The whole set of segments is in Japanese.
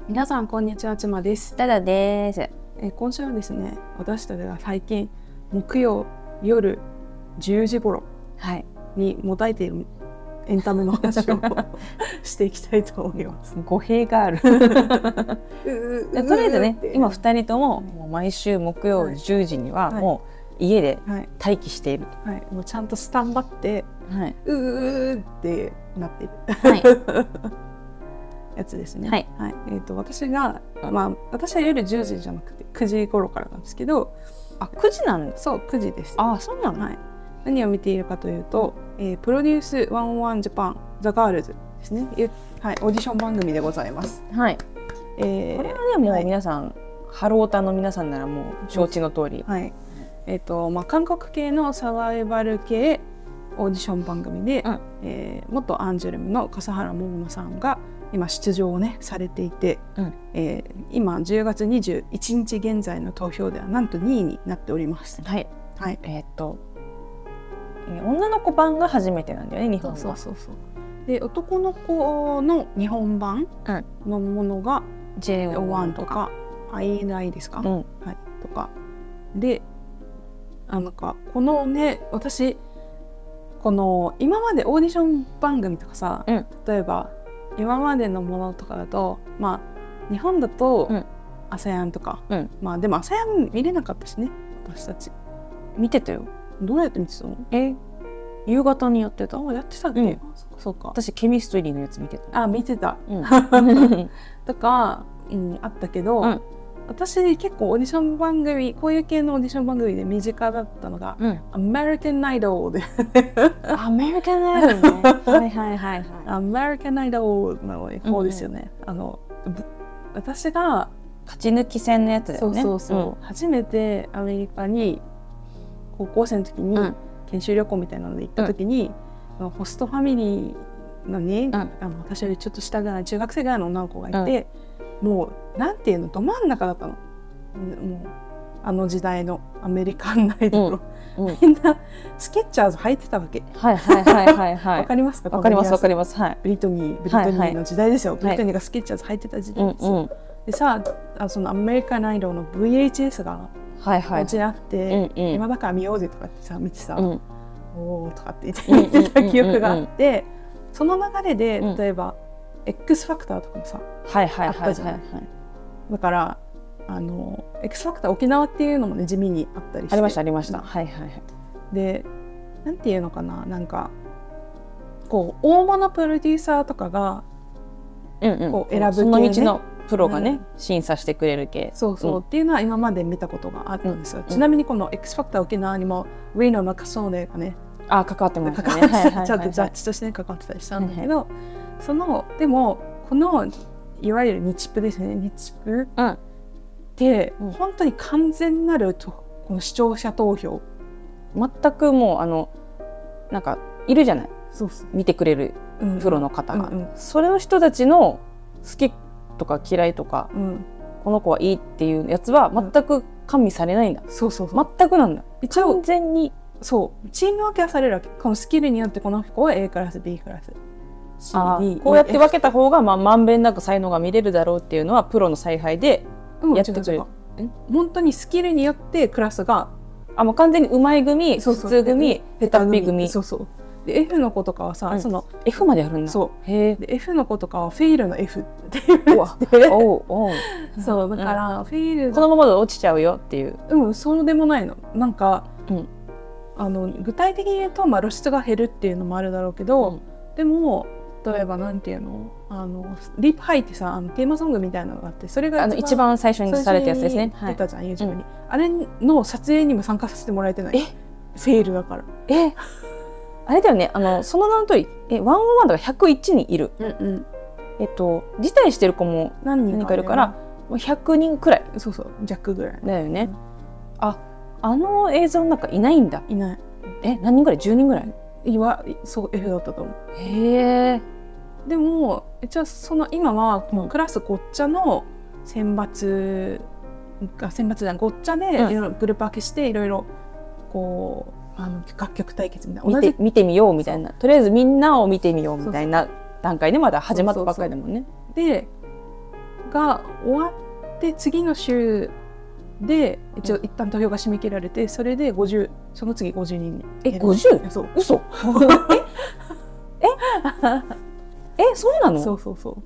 皆さんこんにちは、ちまです。 ダダです。 今週はですね、私たちが最近木曜夜10時頃にもたえているエンタメの話をしていきたいと思います。 語弊がある。とりあえずね、今2人とももう毎週木曜10時にはもう家で待機している。 もうちゃんとスタンバって、ってなっている。やつですね。私が、私は夜10時じゃなくて9時頃からなんですけど、 9時なんだ。 そう、9時です。 そうなの。 何を見ているかというと、プロデュース11ジャパンザガールズですね。オーディション番組でございます。 これはね、もう皆さん、ハロータの皆さんならもう承知の通り。 韓国系のサバイバル系オーディション番組で、元アンジュルムの笠原桃奈さんが今出場をねされていて、今10月21日現在の投票ではなんと2位になっております。 女の子版が初めてなんだよね、日本は。 そう。で、男の子の日本版のものが JO1 とか INI ですか、とかで、このね、私この今までオーディション番組とかさ、例えば今までのものとかだと、日本だと ASEAN とか、でも ASEAN 見れなかったしね、私たち。 見てたよ。 どうやって見てたの？ 夕方にやってた。 やってたっけ？そうか。 私ケミストリーのやつ見てた。 見てた。とか、あったけど、私結構オーディション番組、こういう系のオーディション番組で身近だったのが、American Idol で。 American Idol ね。 American Idol の方ですよね。私が勝ち抜き戦のやつだよね。 初めてアメリカに高校生の時に研修旅行みたいなので行った時に、ホストファミリーのね、私よりちょっと下ぐらい中学生ぐらいの女の子がいて、もうなんていうの、ど真ん中だったの。もうあの時代のアメリカンアイドル、みんなスケッチャーズ履いてたわけ。わかりますか？ わかります。 ブリトニーの時代ですよ。ブリトニーがスケッチャーズ履いてた時代ですよ。でさ、そのアメリカンアイドルの VHS がうちにあって、今だから見ようぜとかってさ見てさ、おーとかって言ってた記憶があって、その流れで例えば X ファクターとかもさあったじゃない。だからX ファクター沖縄っていうのもね地味にあったりして、 ありました。 で、なんていうのかな、なんかこう大物プロデューサーとかがこう選ぶ系ね、 その道のプロがね、審査してくれる系。 っていうのは今まで見たことがあったんですよ。ちなみにこの X ファクター沖縄にもウィーノ・マカソーネがね関わってましたね。 ちょっとジャッジとしてね関わってたりしたんだけど、でもこのいわゆる日プですね、日プって本当に完全なるこの視聴者投票、 全くもうなんかいるじゃない、見てくれるプロの方が、それの人たちの好きとか嫌いとか、この子はいいっていうやつは全く加味されないんだ。全くなんだ。完全にチーム分けはされるわけ。このスキルによってこの子は A クラス B クラス、 こうやって分けた方がまんべんなく才能が見れるだろうっていうのはプロの采配でやってくれる。 本当にスキルによってクラスがもう完全にうまい組、普通組、下手っぴ組。 で F の子とかはさ、その F までやるんだ。 で F の子とかはフェイルの F っていうやつで、そうだからフェイルこのままで落ちちゃうよっていう。 そうでもないの。なんか具体的に言うと露出が減るっていうのもあるだろうけど、でも例えばなんていうの、リップハイってさテーマソングみたいなのがあって、それが一番最初にされたやつですね。 出たじゃん YouTube に。あれの撮影にも参加させてもらえてない。フェイルだから。 あれだよね、その名の通り101だから101人いる。辞退してる子も何人かいるから100人くらい。 弱ぐらいだよね。あの映像の中いないんだ。 いない。 何人ぐらい？10人ぐらい？ F だったと思う。でも一応その今はクラスごっちゃの選抜じゃん、ごっちゃでいろいろグループ分けしていろいろこう楽曲対決みたいな、 見てみようみたいな、とりあえずみんなを見てみようみたいな段階でまだ始まったばっかりだもんね。 が終わって次の週で一旦投票が締め切られて、それでその次50人に。 50？そう、嘘そうなの？ そうそうそう。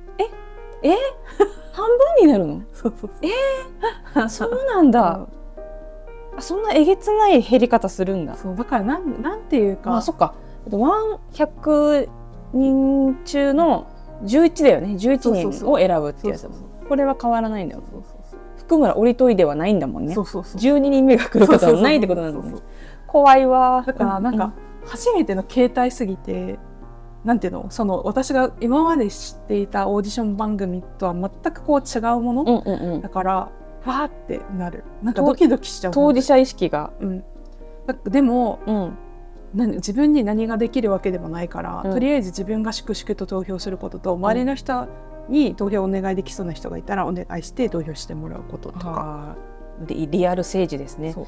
半分になるの？ そうそうそう。 そうなんだ。そんなえげつない減り方するんだ。 そうだからなんていうか、 そっか。100人中の11だよね。11人を選ぶってやつだもん。これは変わらないんだよ。福村折りといではないんだもんね。12人目が来ることはないってことなんだね。怖いわ。 だからなんか初めての形態すぎて、なんていうの、私が今まで知っていたオーディション番組とは全くこう違うもの、だからわーってなる。なんかドキドキしちゃう。 当事者意識が。 でも、自分に何ができるわけでもないから、とりあえず自分が粛々と投票することと、周りの人に投票をお願いできそうな人がいたらお願いして投票してもらうこととか。 リアル政治ですね。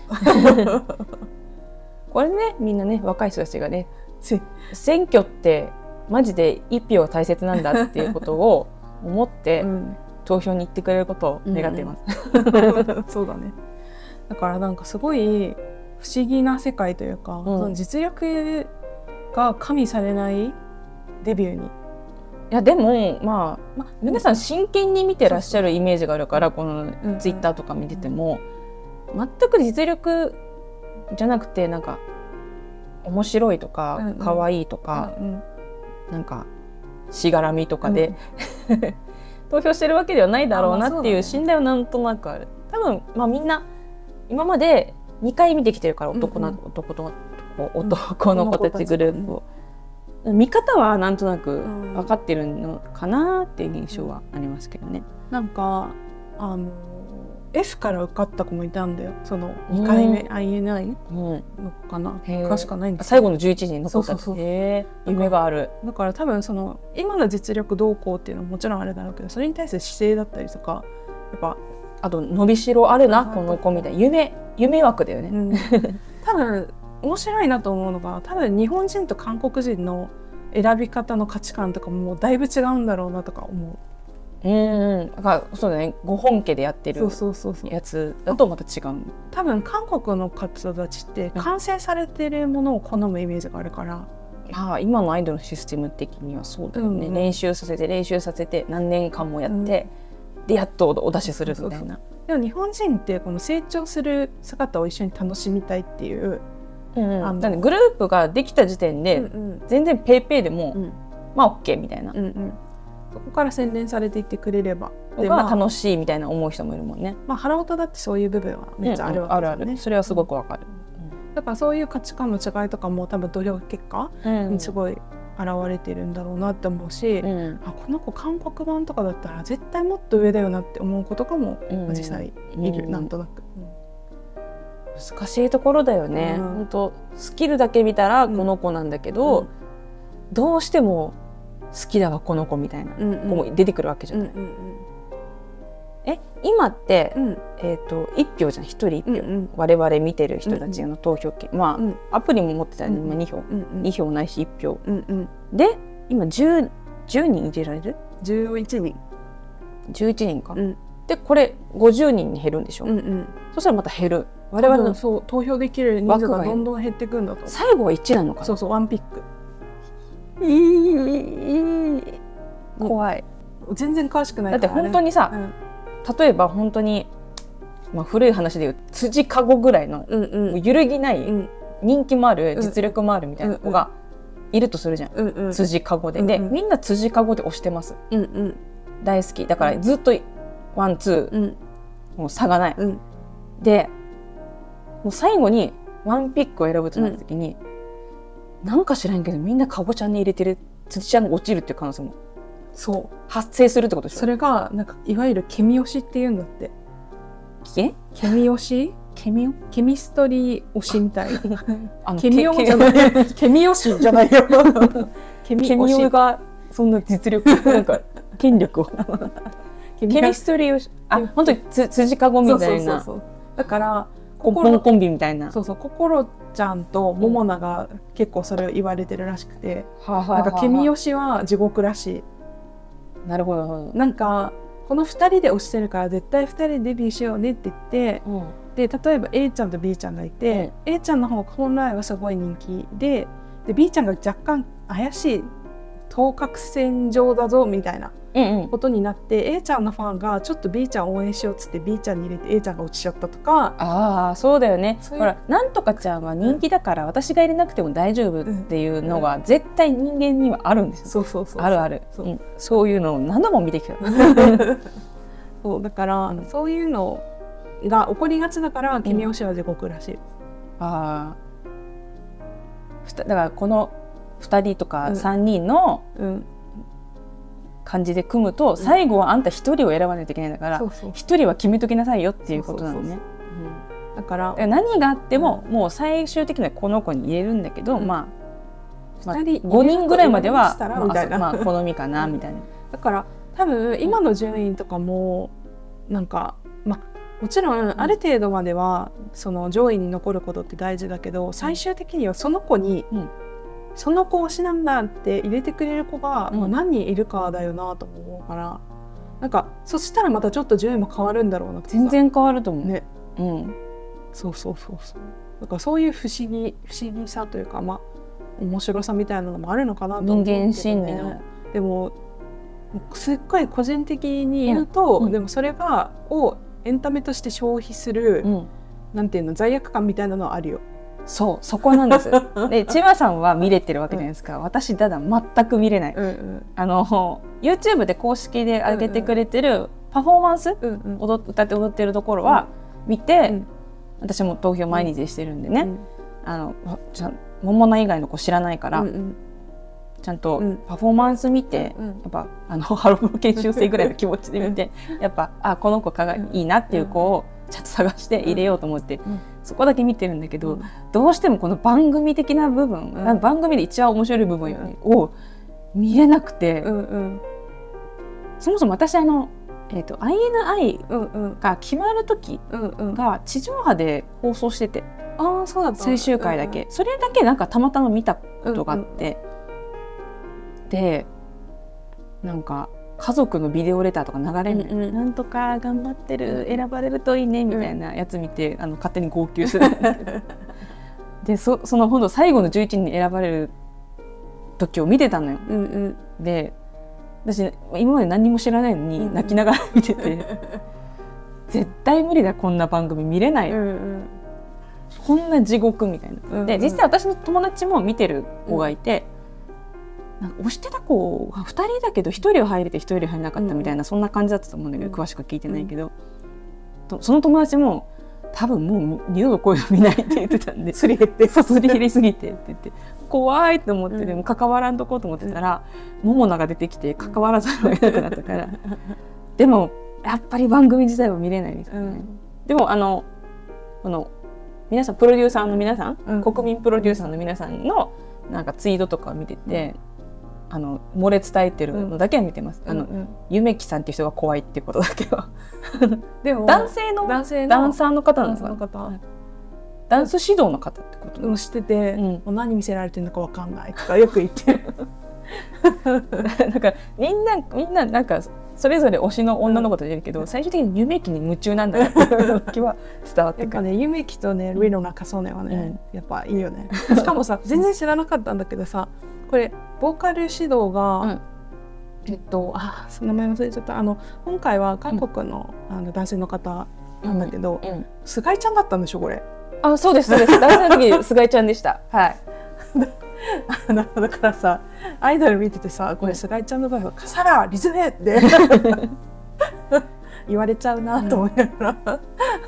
これね、みんなね、若い人たちがね、選挙ってマジで一票は大切なんだっていうことを思って投票に行ってくれることを願っています。 そうだね。だからなんかすごい不思議な世界というか、その実力が加味されないデビューに。いやでも皆さん真剣に見てらっしゃるイメージがあるから、このツイッターとか見てても全く実力じゃなくて、なんか面白いとか可愛いとか、なんかしがらみとかで投票してるわけではないだろうなっていう信頼はなんとなくある。多分みんな今まで2回見てきてるから、男の子たちグループを。見方はなんとなく分かってるのかなっていう印象はありますけどね。 なんかF から受かった子もいたんだよ。その2回目 INI の子かな。詳しくないんですけど、 最後の11人残った。夢がある。 だから多分今の実力どうこうっていうのはもちろんあれだろうけど、それに対する姿勢だったりとか、やっぱあと伸びしろあるなこの子みたいな夢枠だよね。 多分面白いなと思うのが、多分日本人と韓国人の選び方の価値観とかもだいぶ違うんだろうなとか思う。 だからそうだね、ご本家でやってるやつだとまた違う。 多分韓国の方たちって完成されてるものを好むイメージがあるから、 今のアイドルのシステム的にはそうだよね。練習させて何年間もやって、でやっとお出しするみたいな。 でも日本人ってこの成長する姿を一緒に楽しみたいっていう、 なんでグループができた時点で全然ペイペイでもOK みたいな。 そこから洗練されていってくれれば楽しいみたいな思う人もいるもんね。 腹音だってそういう部分はめっちゃあるわけですよね。 それはすごくわかる。 だからそういう価値観の違いとかも多分投票結果にすごい現れてるんだろうなって思うし、この子韓国版とかだったら絶対もっと上だよなって思う子とかも実際いる、なんとなく。 難しいところだよね。本当スキルだけ見たらこの子なんだけど、どうしても好きだわこの子みたいな子も出てくるわけじゃない。今って、1票じゃん、1人1票、我々見てる人たちの投票権、アプリも持ってたら2票ないし1票、で今10人入れられる 11 人か、でこれ50人に減るんでしょ、そしたらまた減る。我々の投票できる人数がどんどん減っていくんだと。 最後は1なのかな。 そうワンピック。 怖い。 全然詳しくないだって本当にさ、例えば本当に、古い話で言う辻かごぐらいの、揺るぎない人気もある実力もあるみたいな子がいるとするじゃん、辻かごで、でみんな辻かごで押してます、大好きだからずっとワンツー、もう差がない、でもう最後にワンピックを選ぶとなった時に、なんか知らんけどみんなかごちゃんに入れてる辻ちゃんが落ちるっていう可能性も発生するってことでしょ。 それがなんかいわゆるケミ推しっていうんだって。ケミ推し？ケミストリー推しみたいな。ケミ推じゃない。ケミ推しじゃないよ。 ケミ推がそんな実力なんか権力を。ケミストリー推し、本当に辻かごみたいな。 だからコンビみたいな。 心ちゃんとモモナが結構それを言われてるらしくて、なんかケミ推しは地獄らしい。 なるほど。 なんかこの2人で推してるから絶対2人でデビューしようねって言って、で例えば A ちゃんと B ちゃんがいて、A ちゃんの方が本来はすごい人気で B ちゃんが若干怪しい等角線上だぞみたいなことになって、A ちゃんのファンがちょっと B ちゃんを応援しようっつって B ちゃんに入れて A ちゃんが落ちちゃったとか。 ああそうだよね。ほらなんとかちゃんは人気だから私が入れなくても大丈夫っていうのが絶対人間にはあるんですよ。あるある。そういうのを何度も見てきた。 そうだから、そういうのが起こりがちだから君推しは地獄らしいです。 ああ。だからこの2人とか3人の感じで組むと、最後はあんた1人を選ばないといけないんだから1人は決めときなさいよっていうことなのね。 だから何があってももう最終的にはこの子に入れるんだけど、まあ5人ぐらいまではまあ好みかなみたいな。 だから多分今の順位とかもなんかもちろんある程度まではその上位に残ることって大事だけど、最終的にはその子にその子推しなんだって入れてくれる子が何人いるかだよなと思うから、なんかそしたらまたちょっと順位も変わるんだろうなって。 全然変わると思うね。そうだからそういう不思議さというか、面白さみたいなのもあるのかなと思うけど、ね、 人間心理の。 でもすっごい個人的に言うと、でもそれをエンタメとして消費する、なんていうの罪悪感みたいなのはあるよ。 そこなんです。で千葉さんは見れてるわけじゃないですか。私ただ全く見れない。YouTube で公式で上げてくれてるパフォーマンス、歌って踊ってるところは見て、私も投票毎日してるんでね、桃菜以外の子知らないから、ちゃんとパフォーマンス見て、やっぱハロプロ研修生ぐらいの気持ちで見て、やっぱこの子いいなっていう子をちゃんと探して入れようと思って、そこだけ見てるんだけど、どうしてもこの番組的な部分、番組で一番面白い部分を見れなくて、そもそも私INI が決まる時が地上波で放送してて、最終回だけ、それだけなんかたまたま見たことがあって、でなんか家族のビデオレターとか流れる、なんとか頑張ってる、選ばれるといいねみたいなやつ見て、勝手に号泣するでそのほんと最後の11人に選ばれる時を見てたのよ。で私今まで何にも知らないのに泣きながら見てて、絶対無理だこんな番組見れない、こんな地獄みたいな。で実際私の友達も見てる子がいて、なんか推してた子が2人だけど1人は入れて1人は入れなかったみたいな、そんな感じだったと思うんだけど、詳しく聞いてないけど、その友達も多分もう二度とこういうの見ないって言ってたんで、すり減りすぎてって言って怖いと思って、でも関わらんとこうと思ってたら、桃菜が出てきて関わらざるを得なくなったからでもやっぱり番組自体は見れないですよね。でもこの皆さんプロデューサーの皆さん、国民プロデューサーの皆さんのなんかツイートとかを見てて、漏れ伝えてるのだけは見てます。夢木さんっていう人が怖いっていうことだけはでも男性のダンサーの方なのかな、ダンス指導の方ってことをしてて、もう何見せられてるのかわかんないとかよく言ってなんかみんななんかそれぞれ推しの女の子といるけど、最終的に夢木に夢中なんだなっていう気は伝わってくる。 やっぱね、夢木とねリロ中曽根はね、やっぱいいよね。しかもさ全然知らなかったんだけどさ、これボーカル指導が、名前忘れちゃった。今回は韓国の、男性の方なんだけど、菅井ちゃんだったんでしょこれ。 そうですそうです。男性の時菅井ちゃんでした。はいだからさ、アイドル見ててさ、これ菅井ちゃんの場合は笠原リズムって言われちゃうなと思いながら、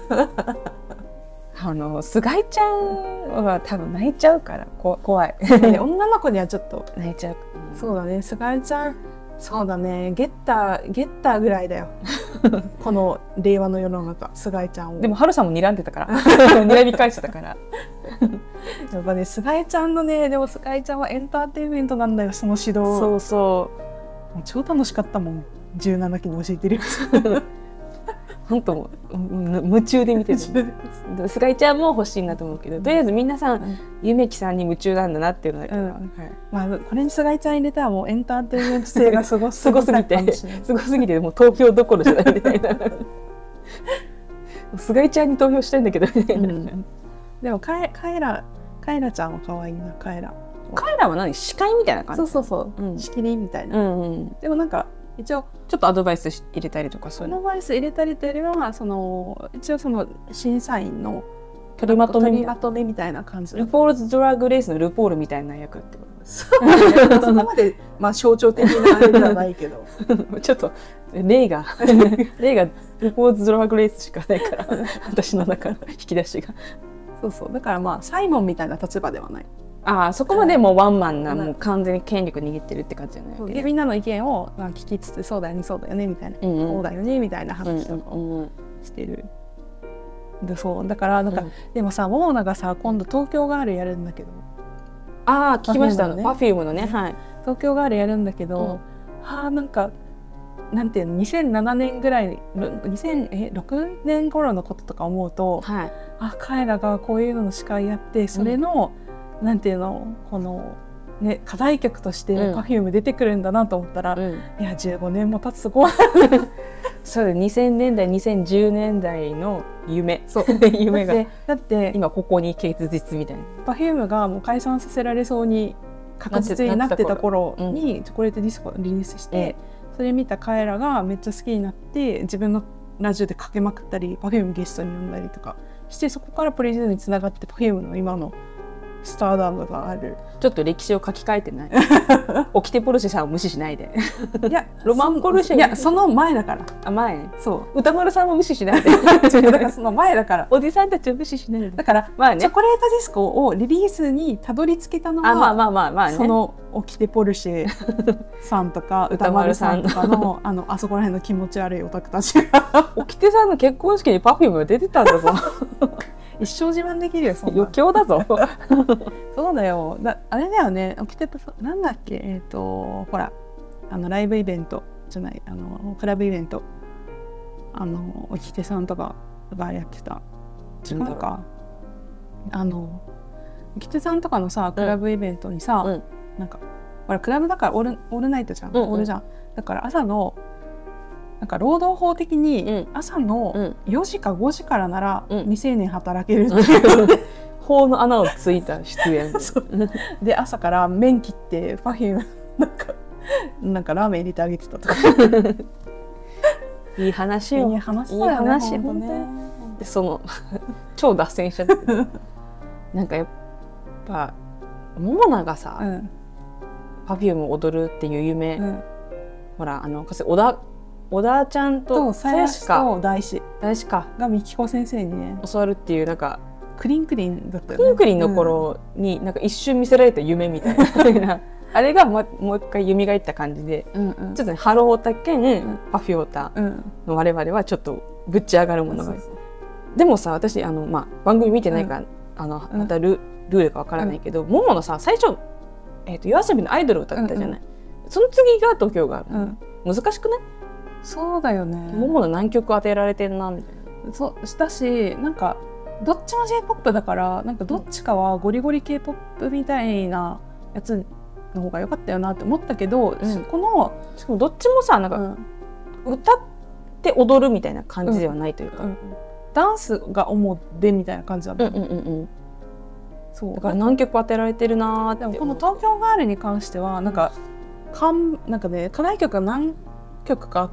菅井ちゃんは多分泣いちゃうから怖い女の子にはちょっと泣いちゃう。 そうだね、菅井ちゃん、そうだね、ゲッターぐらいだよこの令和の世の中、菅井ちゃんを。 でも春さんも睨んでたから睨み返してたからやっぱね、菅井ちゃんのね、でも菅井ちゃんはエンターテインメントなんだよ、その指導。 そうもう超楽しかったもん、17期に教えてる本当夢中で見てる。菅井ちゃんも欲しいなと思うけど、とりあえず皆さん夢木さんに夢中なんだなっていうのだけど、 まあこれに菅井ちゃん入れたらもうエンターテインメント性がすごすぎてもう投票どころじゃないみたいな。菅井ちゃんに投票したいんだけどみたいな。 でもカエラちゃんは可愛いな。カエラは何、司会みたいな感じ。 そう、仕切りみたいな。でもなんか一応ちょっとアドバイス入れたりとか、そういうアドバイス入れたりというよりは一応その審査員の取りまとめみたいな感じ。 ルポールズドラッグレースのルポールみたいな役ってことです。 そこまでまあ象徴的なあれではないけどちょっと例がルポールズドラッグレースしかないから私の中の引き出しが。 そうだからまあサイモンみたいな立場ではない。 ああ、そこまでもうワンマンな、もう完全に権力握ってるって感じじゃない。 でみんなの意見を聞きつつ、そうだよねそうだよねみたいな、そうだよねみたいな話とかしてる。でそうだからなんか、でもさ、モーナがさ今度東京ガールやるんだけど。 ああ、聞きましたね。Perfumeのね、はい。 東京ガールやるんだけど、なんかなんていうの、2007年ぐらい、2006年頃のこととか思うと、彼らがこういうのの司会やって、それの、なんていうの、このね、課題曲として Perfume 出てくるんだなと思ったら、いや15年も経つ、すごいそう2000年代2010年代の夢夢がだって今ここに結実みたいな。 Perfume がもう解散させられそうに確実になってた頃にチョコレートディスコをリリースして、それ見た彼らがめっちゃ好きになって自分のラジオでかけまくったり、 Perfume ゲストに呼んだりとかして、そこからプレゼンにつながって Perfume の今のスターダムがある。 ちょっと歴史を書き換えてないオキテポルシェさんを無視しないで。 いやロマンポルシェ、 いやその前だから。 あ、前。 そう歌丸さんも無視しないでだからその前だからおじさんたちを無視しないで。 だから、まあね、チョコレートディスコをリリースにたどり着けたのは、 まあね、 そのオキテポルシェさんとか歌丸さんとかのあそこら辺の気持ち悪いオタクたちがオキテさんの結婚式に Perfume が出てたんだぞ一生自慢できるよ、そんな余興だぞそうだよ。あれだよね、起きてた、なんだっけ、ほらライブイベントじゃない、クラブイベント、おきてさんとかがやってた。違うか、おきてさんとかのさクラブイベントにさ、なんかほらクラブだからオールナイトじゃん、オールじゃん。だから朝のなんか労働法的に朝の4時か5時からなら未成年働けるっていう法の穴をついた出演で、朝から麺切ってPerfumeなんかラーメン入れてあげてたとかいい話よ。 いい話だよね、本当ね。 で超脱線しちゃってなんかやっぱモモナがさ、Perfumeを踊るっていう夢、ほら小田ちゃんとさやしと大志がみきこ先生にね教わるっていう、なんかクリンクリンだったよね。 クリンクリンの頃になんか一瞬見せられた夢みたいなあれがもう一回蘇った感じで、ちょっとねハローオタ兼パフィオタの我々はちょっとぶっち上がるものが、でもさ、私番組見てないからまたルールがわからないけど、もものさ最初YOASOBIのアイドルを歌ったじゃない。その次が東京がある。難しくない？ そうだよね。 ももの何曲当てられてんなみたいな。 そうしたし、なんかどっちも J-POP だから、なんかどっちかはゴリゴリ K-POP みたいなやつの方が良かったよなって思ったけど、 しかもどっちもさ、なんか歌って踊るみたいな感じではないというか、 ダンスが主でみたいな感じだった。 そうだから何曲当てられてるなーって。 でもこの東京ガールに関してはなんかね、課題曲が何曲かあって、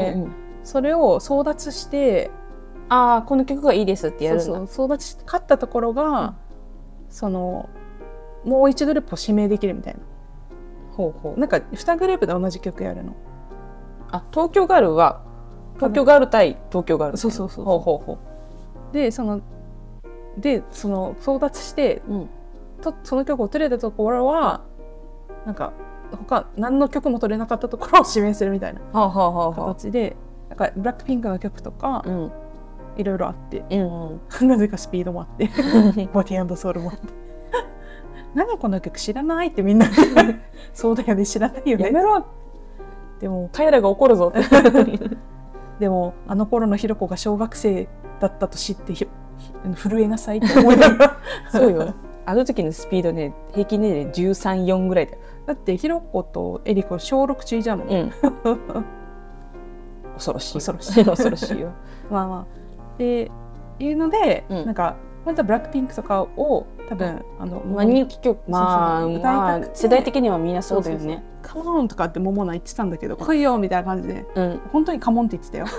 それを争奪して、 この曲がいいですってやるんだ。 争奪して勝ったところが、もう1グループを指名できるみたいな。なんか2グループで同じ曲やるの。 東京ガールは東京ガール対東京ガール。 で争奪して、その曲を取れたところはなんか他何の曲も取れなかったところを指名するみたいな形で、なんかブラックピンクの曲とかいろいろあって、なぜかスピードもあってボディ&ソウルもあって何この曲知らないってみんなそうだよね、知らないよね、 やめろ、でも彼らが怒るぞってでもあの頃のひろこが小学生だったと知って震えなさいって思いながらそうよ、あの時のスピードね、平均年齢13、4ぐらいだよ。 だってひろことえりこ小6中じゃんもん、 恐ろしい恐ろしい恐ろしいよまあまあっていうので、なんかまたブラックピンクとかを多分人気曲、まあ世代的にはみんなそうだよね。 カモンとかってモモナ言ってたんだけど、来いよみたいな感じで、本当にカモンって言ってたよ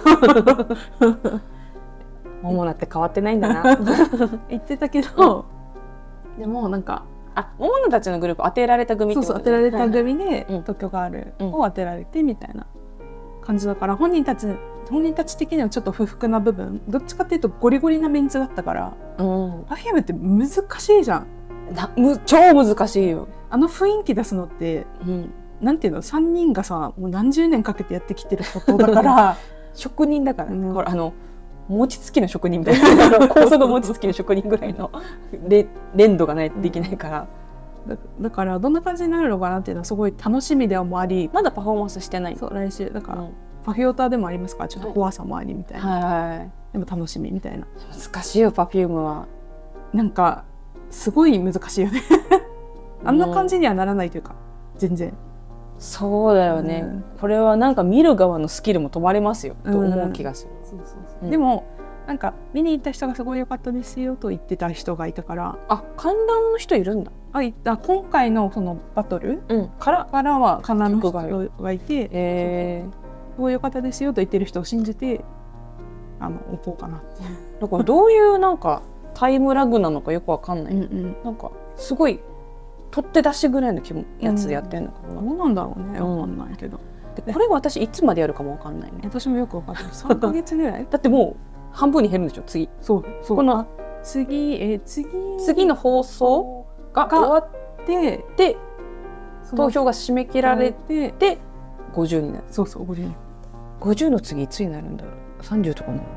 モモナって変わってないんだな言ってたけど、でもなんかモモナたちのグループ当てられた組ってこと当てられた組で特許があるを当てられてみたいな感じだから、本人たち的にはちょっと不服な部分、どっちかっていうとゴリゴリなメンツだったから、Perfume って難しいじゃん。 超難しいよ。 あの雰囲気出すのって、なんていうの、3人がさもう何十年かけてやってきてることだから職人だから、これ餅つきの職人みたいな高速餅つきの職人ぐらいの連動がないとできないから、 だからどんな感じになるのかなっていうのはすごい楽しみでもあり、 まだパフォーマンスしてない。 そう、来週だから、パフューターでもありますから、ちょっと怖さもありみたいな、でも楽しみみたいな。 難しいよ、Perfumeは。 なんかすごい難しいよねあんな感じにはならないというか、全然。 そうだよね、これはなんか見る側のスキルも問われますよ、と思う気がする。 でもなんか見に行った人がすごい良かったですよと言ってた人がいたから。 観覧の人いるんだ。 今回のそのバトルからは観覧の人がいて、すごい良かったですよと言ってる人を信じて行こうかなって。 だからどういうなんかタイムラグなのかよくわかんない。なんかすごい取って出しぐらいのやつでやってんのかな。 どうなんだろうね、わかんないけど。 これ私いつまでやるかもわかんないね。 私もよくわかんない。3ヶ月ぐらいだってもう半分に減るんでしょ、次。 そうこの次の放送が終わってで投票が締め切られてで50になる。 そう、50。 50の次いつになるんだろう。30とかなの。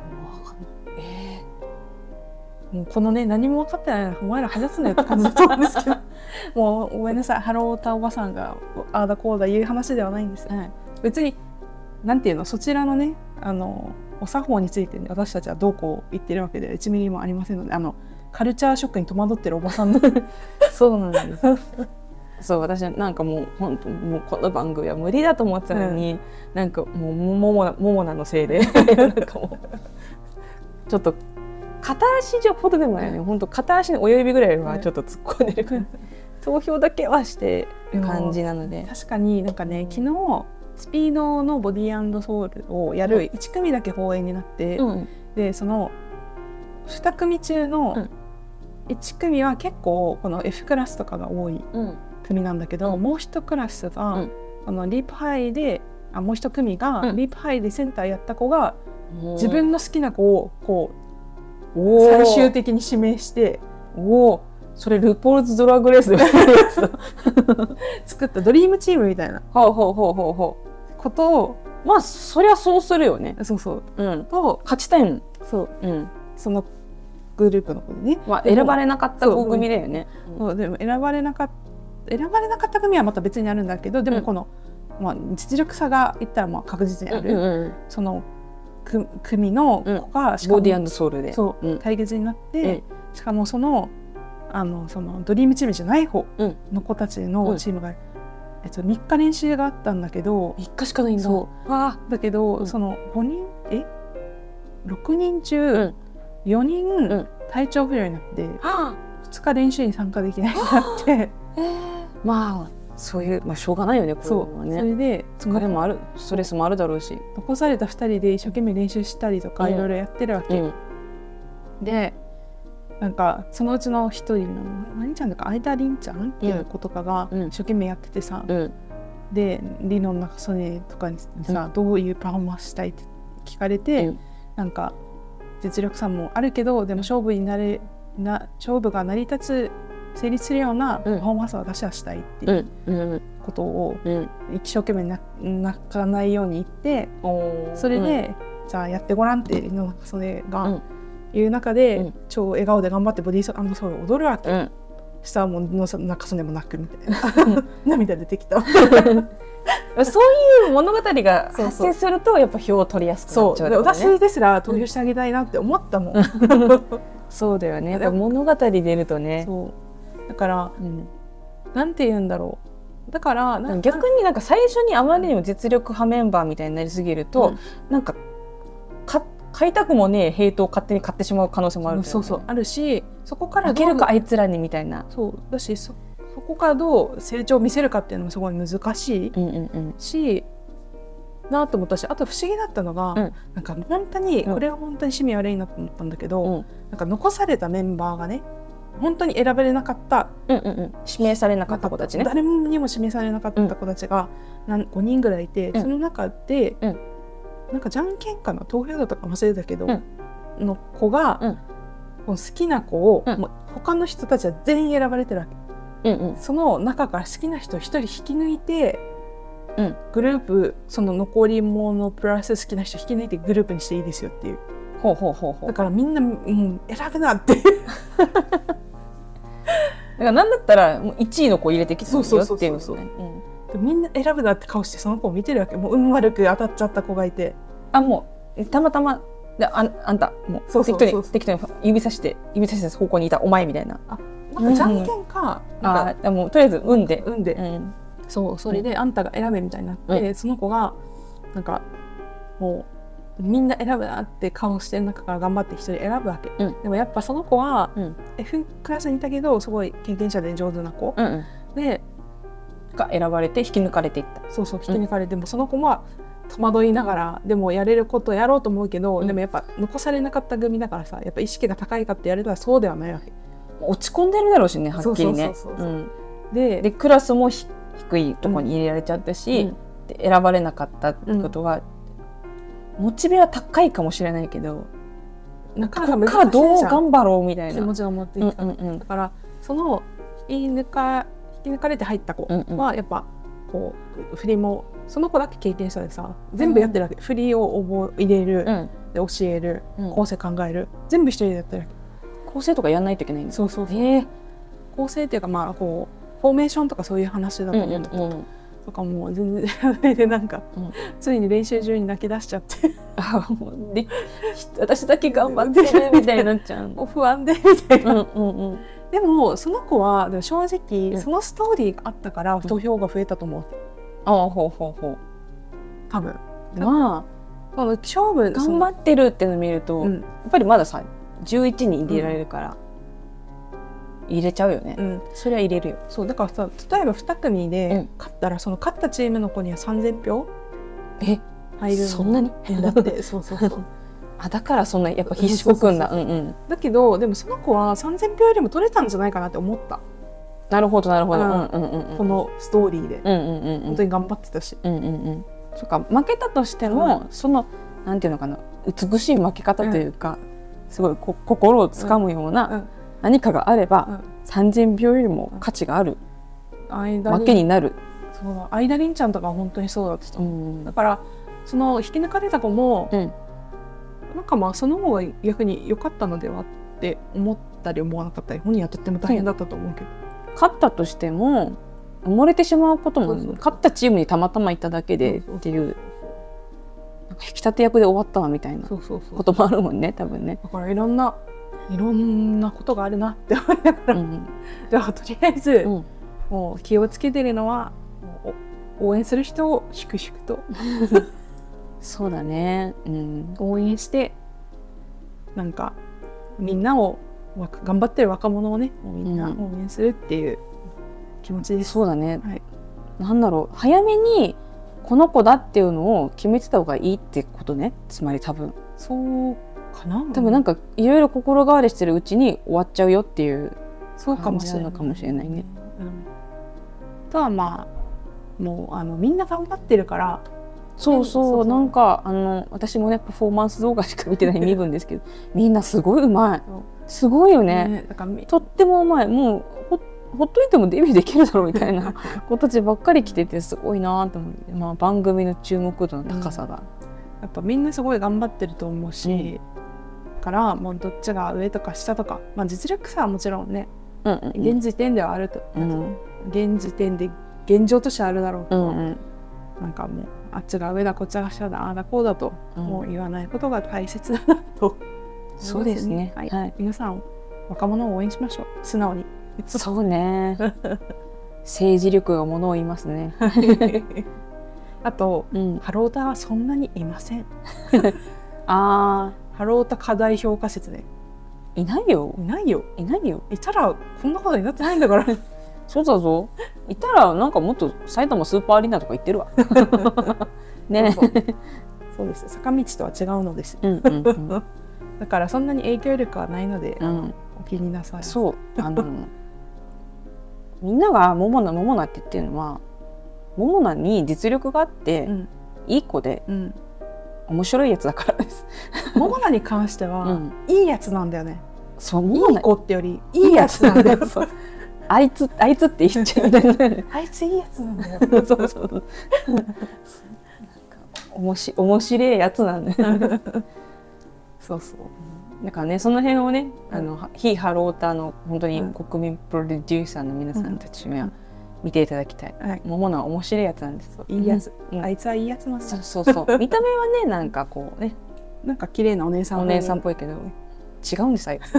もうこのね、何も分かってないのお前ら話すなよって感じだと思うんですけどもうごめんなさい、ハロータおばさんがああだこうだ言う話ではないんです、別になんていうの、そちらのねお作法について、ね、私たちはどうこう言ってるわけでは1ミリもありませんので、カルチャーショックに戸惑ってるおばさんのそうなんですそう私なんかもう本当もうこの番組は無理だと思ってたのに、なんかもうももなのせいでなんかもうちょっと片足ほどでもないね、本当片足の親指ぐらいはちょっと突っ込んでる投票だけはしてる感じなので。 確かになんかね、昨日スピードのボディ&ソウルをやる1組だけ放映になって、でその2組中の1組は結構この F クラスとかが多い組なんだけど、もう1クラスがこのリープハイでもう1組がリープハイでセンターやった子が自分の好きな子をこう最終的に指名して、 それルポールズドラッグレースで作ったドリームチームみたいなことを、 まあそりゃそうするよね。 と勝ちたいもん。 そのグループの子でね、 選ばれなかった子組だよね。 でも選ばれなかった組はまた別にあるんだけど、でもこの実力差がいったら確実にあるその組の子がボディ&ソウルで対決になって、しかもそのドリームチームじゃない方の子たちのチームが、3日練習があったんだけど、 3日しかないんだ。 だけど、その6人中4人体調不良になって2日練習に参加できないになってまあそういう、しょうがないよね、こういうのはね。 それで疲れもある、ストレスもあるだろうし、 残された2人で一生懸命練習したりとかいろいろやってるわけ、でなんかそのうちの一人の何ちゃんだか、相田凛ちゃんっていう子とかが一生懸命やっててさ、でリノン中曽根とかにさ、どういうパフォーマンスしたいって聞かれて、なんか実力差もあるけどでも勝負が成り立つ成立するようなパフォーマンスを私はしたいっていうことを一生懸命泣かないように言って、それでじゃあやってごらんってそれが言う中で超笑顔で頑張ってボディ&ソウルを踊るわけ。したらもう中曽根も泣くみたいな涙出てきたそういう物語が発生するとやっぱ票を取りやすくなっちゃう、ね、 そう私ですら投票してあげたいなって思ったもんそうだよね、やっぱ物語出るとね。 そうだから、なんて言うんだろう、だから逆になんか最初にあまりにも実力派メンバーみたいになりすぎると、なんか買いたくもねえヘイトを勝手に買ってしまう可能性もある、ね、 そうそうあるし、そこから負けるかあいつらにみたいな。 そうだし、そこからどう成長を見せるかっていうのもすごい難しいし、なと思ったし、あと不思議だったのが、なんか本当にこれは本当に趣味悪いなと思ったんだけど、なんか残されたメンバーがね、本当に選ばれなかった、 指名されなかった子たちね、 誰にも指名されなかった子たちが5人ぐらいいて、その中で、なんかじゃんけんかな、投票だとか忘れたけど、の子が、この好きな子を、もう他の人たちは全員選ばれてるわけ、その中から好きな人を1人引き抜いて、グループ、その残り物プラス好きな人引き抜いてグループにしていいですよっていう。だからみんな、選ぶなってだからなんだったらもう1位の子入れてきてるよっていう。 みんな選ぶなって顔してその子を見てるわけ。もう運悪く当たっちゃった子がいて、 もうたまたまあんたもう適当に指さして方向にいたお前みたいな。 なんかじゃんけんか、 もうとりあえず運で、 そう、それであんたが選べみたいになって、その子がなんかもうみんな選ぶなって顔してる中から頑張って一人選ぶわけ、でもやっぱその子は F クラスにいたけどすごい経験者で上手な子、でが選ばれて引き抜かれていった。 そう引き抜かれても、その子は戸惑いながらでもやれることやろうと思うけど、でもやっぱ残されなかった組だからさ、やっぱ意識が高いかってやれたらそうではないわけ。 落ち込んでるだろうしね、はっきりね。でクラスも低いとこに入れられちゃったし、で選ばれなかったってことは、モチベは高いかもしれないけど、 なかなかこっからどう頑張ろうみたいな気持ちを持っていった、だからその引き抜かれて入った子はやっぱこう振りもその子だけ経験者でさ、全部やってるわけ、振りを入れる、で教える、構成考える、全部一人でやってるわけ。 構成とかやんないといけないんです。 構成っていうか、こうフォーメーションとかそういう話だと思うんだけど、とかも全然でなんか、ついに練習中に泣き出しちゃって私だけ頑張ってるみたいになっちゃう不安でみたいな。でもその子は正直そのストーリーがあったから投票が増えたと思う。多分まあその勝負頑張ってるっていうのを見ると、やっぱりまださ11人入れられるから、入れちゃうよね、それは入れるよ。 そうだからさ、例えば2組で勝ったら、その勝ったチームの子には3000票入る。 そんなにだってそうだからそんなやっぱ必死こくんだ。 だけどでもその子は3000票よりも取れたんじゃないかなって思った。 なるほどなるほど。 このストーリーで本当に頑張ってたし、 そっか、負けたとしても、そのなんていうのかな、美しい負け方というか、すごい心をつかむような何かがあれば、3000票よりも価値がある負けになる。 そうだ、相田凛ちゃんとか本当にそうだった。だからその引き抜かれた子も、なんかその方が逆に良かったのではって思ったり思わなかったり、本人はとっても大変だったと思うけど、 勝ったとしても埋もれてしまうことも、勝ったチームにたまたまいただけでっていう、なんか引き立て役で終わったわみたいなこともあるもんね、多分ね。 だからいろんなことがあるなって思いながら、じゃあとりあえず、もう気をつけてるのは応援する人を粛々とそうだね、 応援して、なんかみんなを頑張ってる若者をね、みんな応援するっていう気持ちです。 そうだね、なんだろう、早めにこの子だっていうのを決めてた方がいいってことね。つまり多分そうかな。 多分なんかいろいろ心変わりしてるうちに終わっちゃうよっていう、 そうかもしれないのかもしれないね。 とはもうみんな頑張ってるから。 そうなんか私もねパフォーマンス動画しか見てない身分ですけど、みんなすごいうまい、すごいよね。とってもうまい。もうほっといてもデビューできるだろうみたいな子たちばっかり来ててすごいなと思って、番組の注目度の高さが、 やっぱみんなすごい頑張ってると思うし、からもうどっちが上とか下とか、実力差はもちろんね、現時点ではあると、現時点で現状としてあるだろうけど、 なんかもうあっちが上だこっちが下だああだこうだと、もう言わないことが大切だなと、 そうですね。 はい、皆さん若者を応援しましょう、素直に。 そうね。政治力がものを言いますね。 あと、ハロータはそんなにいません。 ああ、 ハロータ過大評価説ね。 いないよ。 いないよ。 いないよ。 いたらこんなことになってないんだから。 そうだぞ。いたらなんかもっと埼玉スーパーアリーナとか行ってるわ。ね。 そうです。坂道とは違うのです。だからそんなに影響力はないので、お気になさい。 そう。みんながモモナって言ってるのは、モモナに実力があって、いい子で、面白いやつだからです。 モモナに関しては、いいやつなんだよね。 そう、 いい子ってよりいいやつなんだよ。 あいつって言っちゃうね。 あいついいやつなんだよ。 そうそう。面白いやつなんだよ。そうそう。だからね、その辺をね、非ハロータの本当に国民プロデューサーの皆さんたちには見ていただきたい。モモナは面白いやつなんです。 いいやつ。あいつはいいやつなんだ。 そうそう。見た目はね、なんかこうね、 なんか綺麗なお姉さんっぽいけど、違うんですあいつ。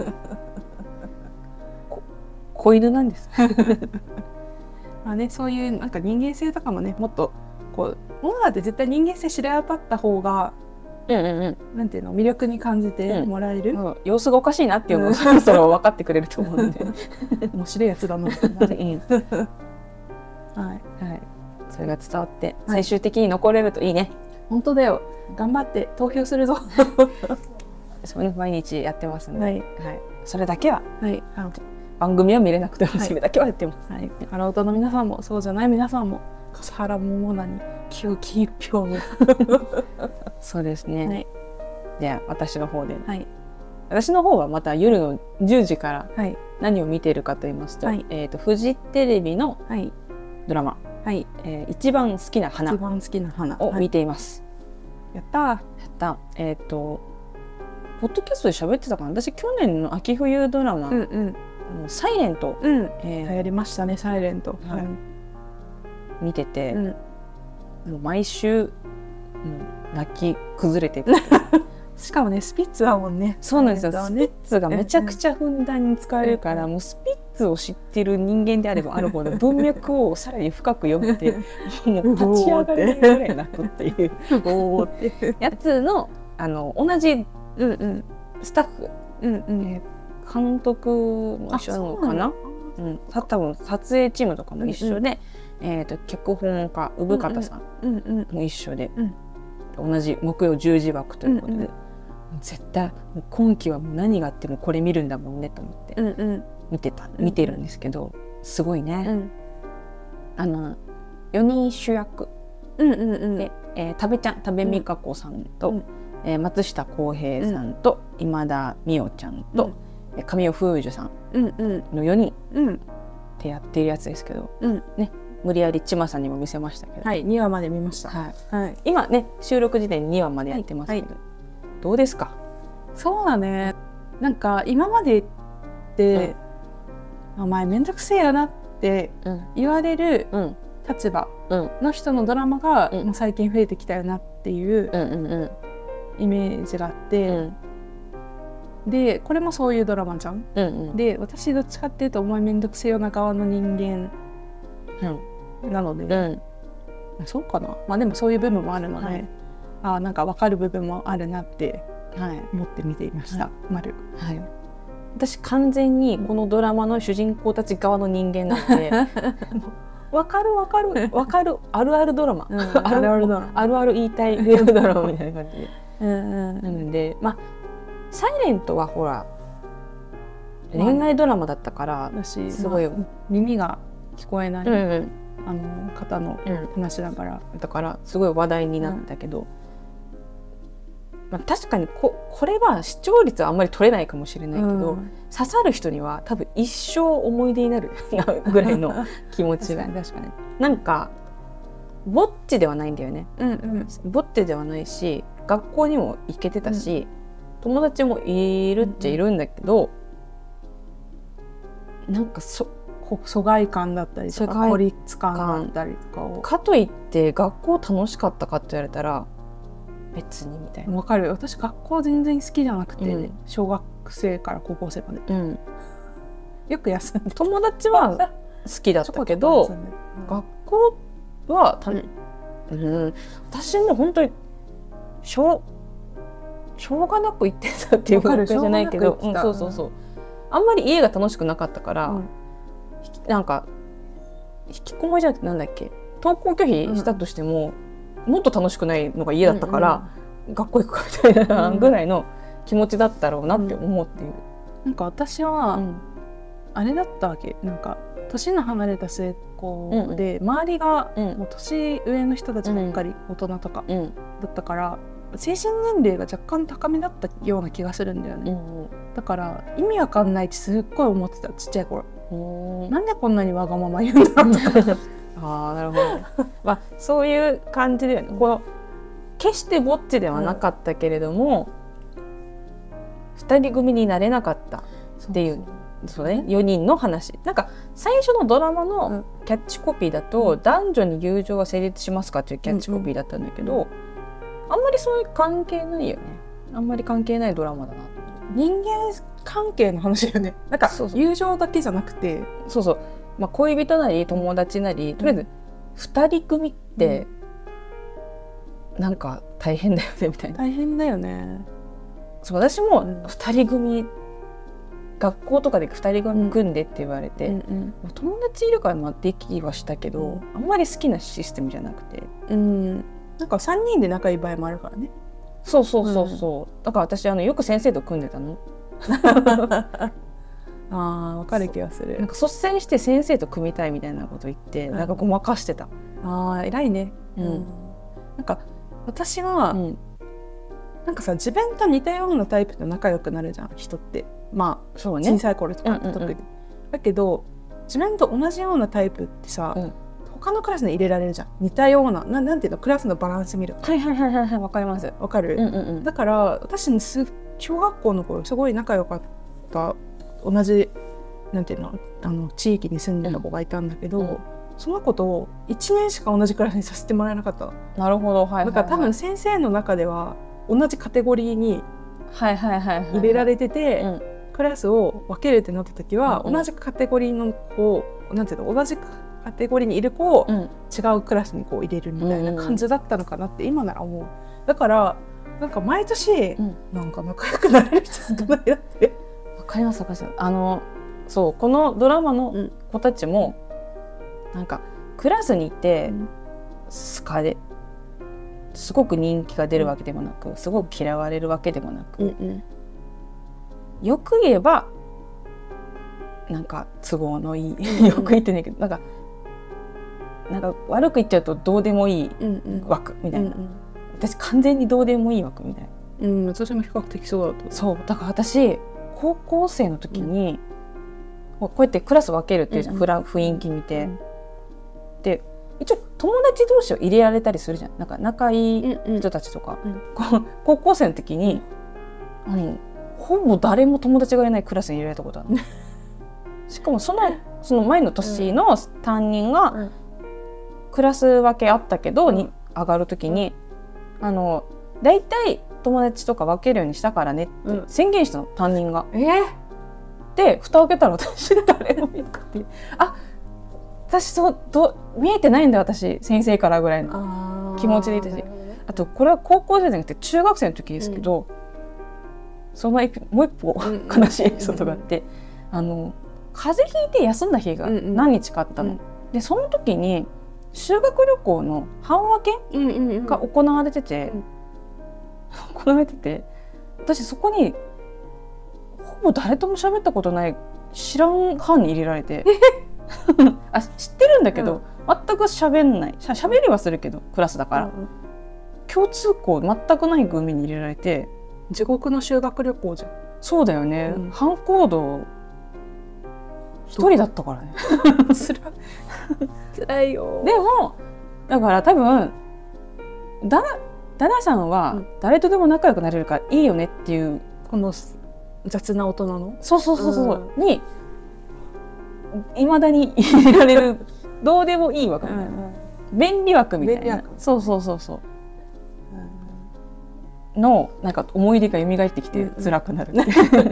子犬なんです。 まあね、そういうなんか人間性とかもね、もっとこうモノナって絶対人間性知れ渡った方が、なんていうの、魅力に感じてもらえる、 様子がおかしいなっていうのをそろそろ分かってくれると思うんで、 面白いやつだな。はいはい、それが伝わって最終的に残れるといいね。 本当だよ。頑張って投票するぞ。 そうね、毎日やってますので、それだけは。番組は見れなくてもそれだけはやってます。 ハロータの皆さんもそうじゃない皆さんも笠原桃奈に清き一票を。 そうですね。じゃあ私の方で、私の方はまた夜の10時から何を見ているかと言いますと、フジテレビのドラマ「一番好きな花」を見ています。 やったポッドキャストで喋ってたかな。私去年の秋冬ドラマサイレント、 流行りましたね、サイレント。 見てて、毎週泣き崩れてしかもね、スピッツだもんね。 そうなんですよ。スピッツがめちゃくちゃふんだんに使えるから、もうスピッツを知ってる人間であればあるほど文脈をさらに深く読めて、もう立ち上がれるぐらい泣くっていうやつの同じスタッフ、監督も一緒なのかな。多分撮影チームとかも一緒で、脚本家産方さんも一緒で、同じ木曜10時枠ということで、絶対今期はもう何があってもこれ見るんだもんねと思って見てるんですけど、すごいね。4人主役で、多部未華子さんと、松下洸平さんと今田美桜ちゃんと、神尾楓珠さんの4人ってやってるやつですけど、ね、無理やりちまさんにも見せましたけど、 2話まで見ました。 今ね、収録時点に2話までやってますけど、どうですか？ そうだね、なんか今までって、お前めんどくせえよなって言われる立場の人のドラマがもう最近増えてきたよなっていうイメージがあって、でこれもそういうドラマじゃん。で私どっちかっていうとお前めんどくせえよな側の人間なので、そうかな。まあでもそういう部分もあるので、なんか分かる部分もあるなって思って見ていました。 私完全にこのドラマの主人公たち側の人間なので分かるあるあるドラマ、あるある言いたいドラマみたいな感じで、なのでまあサイレントはほら恋愛ドラマだったからすごい耳が聞こえない方の話だからすごい話題になったけど、確かにこれは視聴率はあんまり取れないかもしれないけど、刺さる人には多分一生思い出になるぐらいの気持ちが確かになんかぼっちではないんだよね。ぼっちではないし、学校にも行けてたし、友達もいるっちゃいるんだけど、なんか疎外感だったりとか孤立感だったりとかを。 かといって学校楽しかったかって言われたら別にみたいな。 わかる。私学校全然好きじゃなくて、小学生から高校生まで、よく休んで。 友達は好きだったけど学校は私ね本当にしょうがなく行ってたっていうわけじゃないけど、そうそうそう、あんまり家が楽しくなかったから、なんか引きこもりじゃなくてなんだっけ、登校拒否したとしても、もっと楽しくないのが家だったから、学校行くかみたいなぐらいの気持ちだったろうなって思っている。 なんか私は、あれだったわけ、なんか年の離れた末っ子で、周りがもう年上の人たちばっかり、大人とかだったから、精神年齢が若干高めだったような気がするんだよね、だから意味わかんないってすっごい思ってた、ちっちゃい頃。なんでこんなにわがまま言うんだろうとかああ、なるほどね。まあそういう感じで、この決してぼっちではなかったけれども、2人組になれなかったっていう、そうね、4人の話。なんか最初のドラマのキャッチコピーだと、男女に友情は成立しますかっていうキャッチコピーだったんだけど、あんまりそういう関係ないよね。あんまり関係ないドラマだな。 人間関係の話だよね。なんか友情だけじゃなくて、 そうそう、まあ、恋人なり友達なり、とりあえず2人組ってなんか大変だよねみたいな。 大変だよね。 そう、私も2人組、学校とかで2人組組んでって言われて、友達いるからまあできはしたけど、あんまり好きなシステムじゃなくて、 なんか3人で仲いい場合もあるからね。 そうそうそうそう、だから私よく先生と組んでたの。 あ、分かる気がする。 なんか率先して先生と組みたいみたいなこと言って、なんかごまかしてた。 あ、偉いね。なんか私は、なんかさ、自分と似たようなタイプと仲良くなるじゃん、人って。まあそうね、小さい頃とか特に。だけど自分と同じようなタイプってさ、他のクラスに入れられるじゃん。似たような、なんていうの、クラスのバランス見る。 はいはいはいはい、わかります。 わかる。だから私小学校の頃すごい仲良かった同じなんていうの、地域に住んでた子がいたんだけど、その子と1年しか同じクラスにさせてもらえなかった。 なるほど、はいはいはい。 だから多分先生の中では同じカテゴリーに入れられてて、クラスを分けるってなった時は、同じカテゴリーの子を、なんていうの、同じカテゴリーにいる子を違うクラスにこう入れるみたいな感じだったのかなって今なら思う。だからなんか毎年、なんか仲良くなれる人少ないなって。 わかりますわかります。そう、このドラマの子たちも、なんかクラスにいて好かれ、すごく人気が出るわけでもなく、すごく嫌われるわけでもなく、よく言えばなんか都合のいい、よく言ってないけど、なんか悪く言っちゃうとどうでもいい枠みたいな。私完全にどうでもいい枠みたいな。 私も比較的そうだと。 そうだから私高校生の時に、こうやってクラス分けるっていうじゃん、雰囲気見て、で一応友達同士を入れられたりするじゃん。なんか仲いい人たちとか、高校生の時にほぼ誰も友達がいないクラスに入れられたことある。しかもその前の年の担任が、クラス分けあったけど、に上がる時にだいたい友達とか分けるようにしたからねって宣言したの、担任が。で蓋を開けたら私誰もいなくて、私見えてないんだ私先生からぐらいの気持ちでいたし、あとこれは高校生じゃなくて中学生の時ですけど、そのもう一歩悲しいエピソードがあって、風邪ひいて休んだ日が何日かあったの。でその時に修学旅行の班分けが行われてて、私そこにほぼ誰とも喋ったことない知らん班に入れられて知ってるんだけど、全く喋んない、喋りはするけどクラスだから、共通項全くない組に入れられて、 地獄の修学旅行じゃん。 そうだよね、班行動一人だったからね。 辛いよ。 でもだから多分ダナさんは誰とでも仲良くなれるからいいよねっていう、 この雑な大人のそうにいまだに入れられるどうでもいい枠みたいな、便利枠みたいな、そうそうそうそう、のなんか思い出が蘇ってきて辛くなる、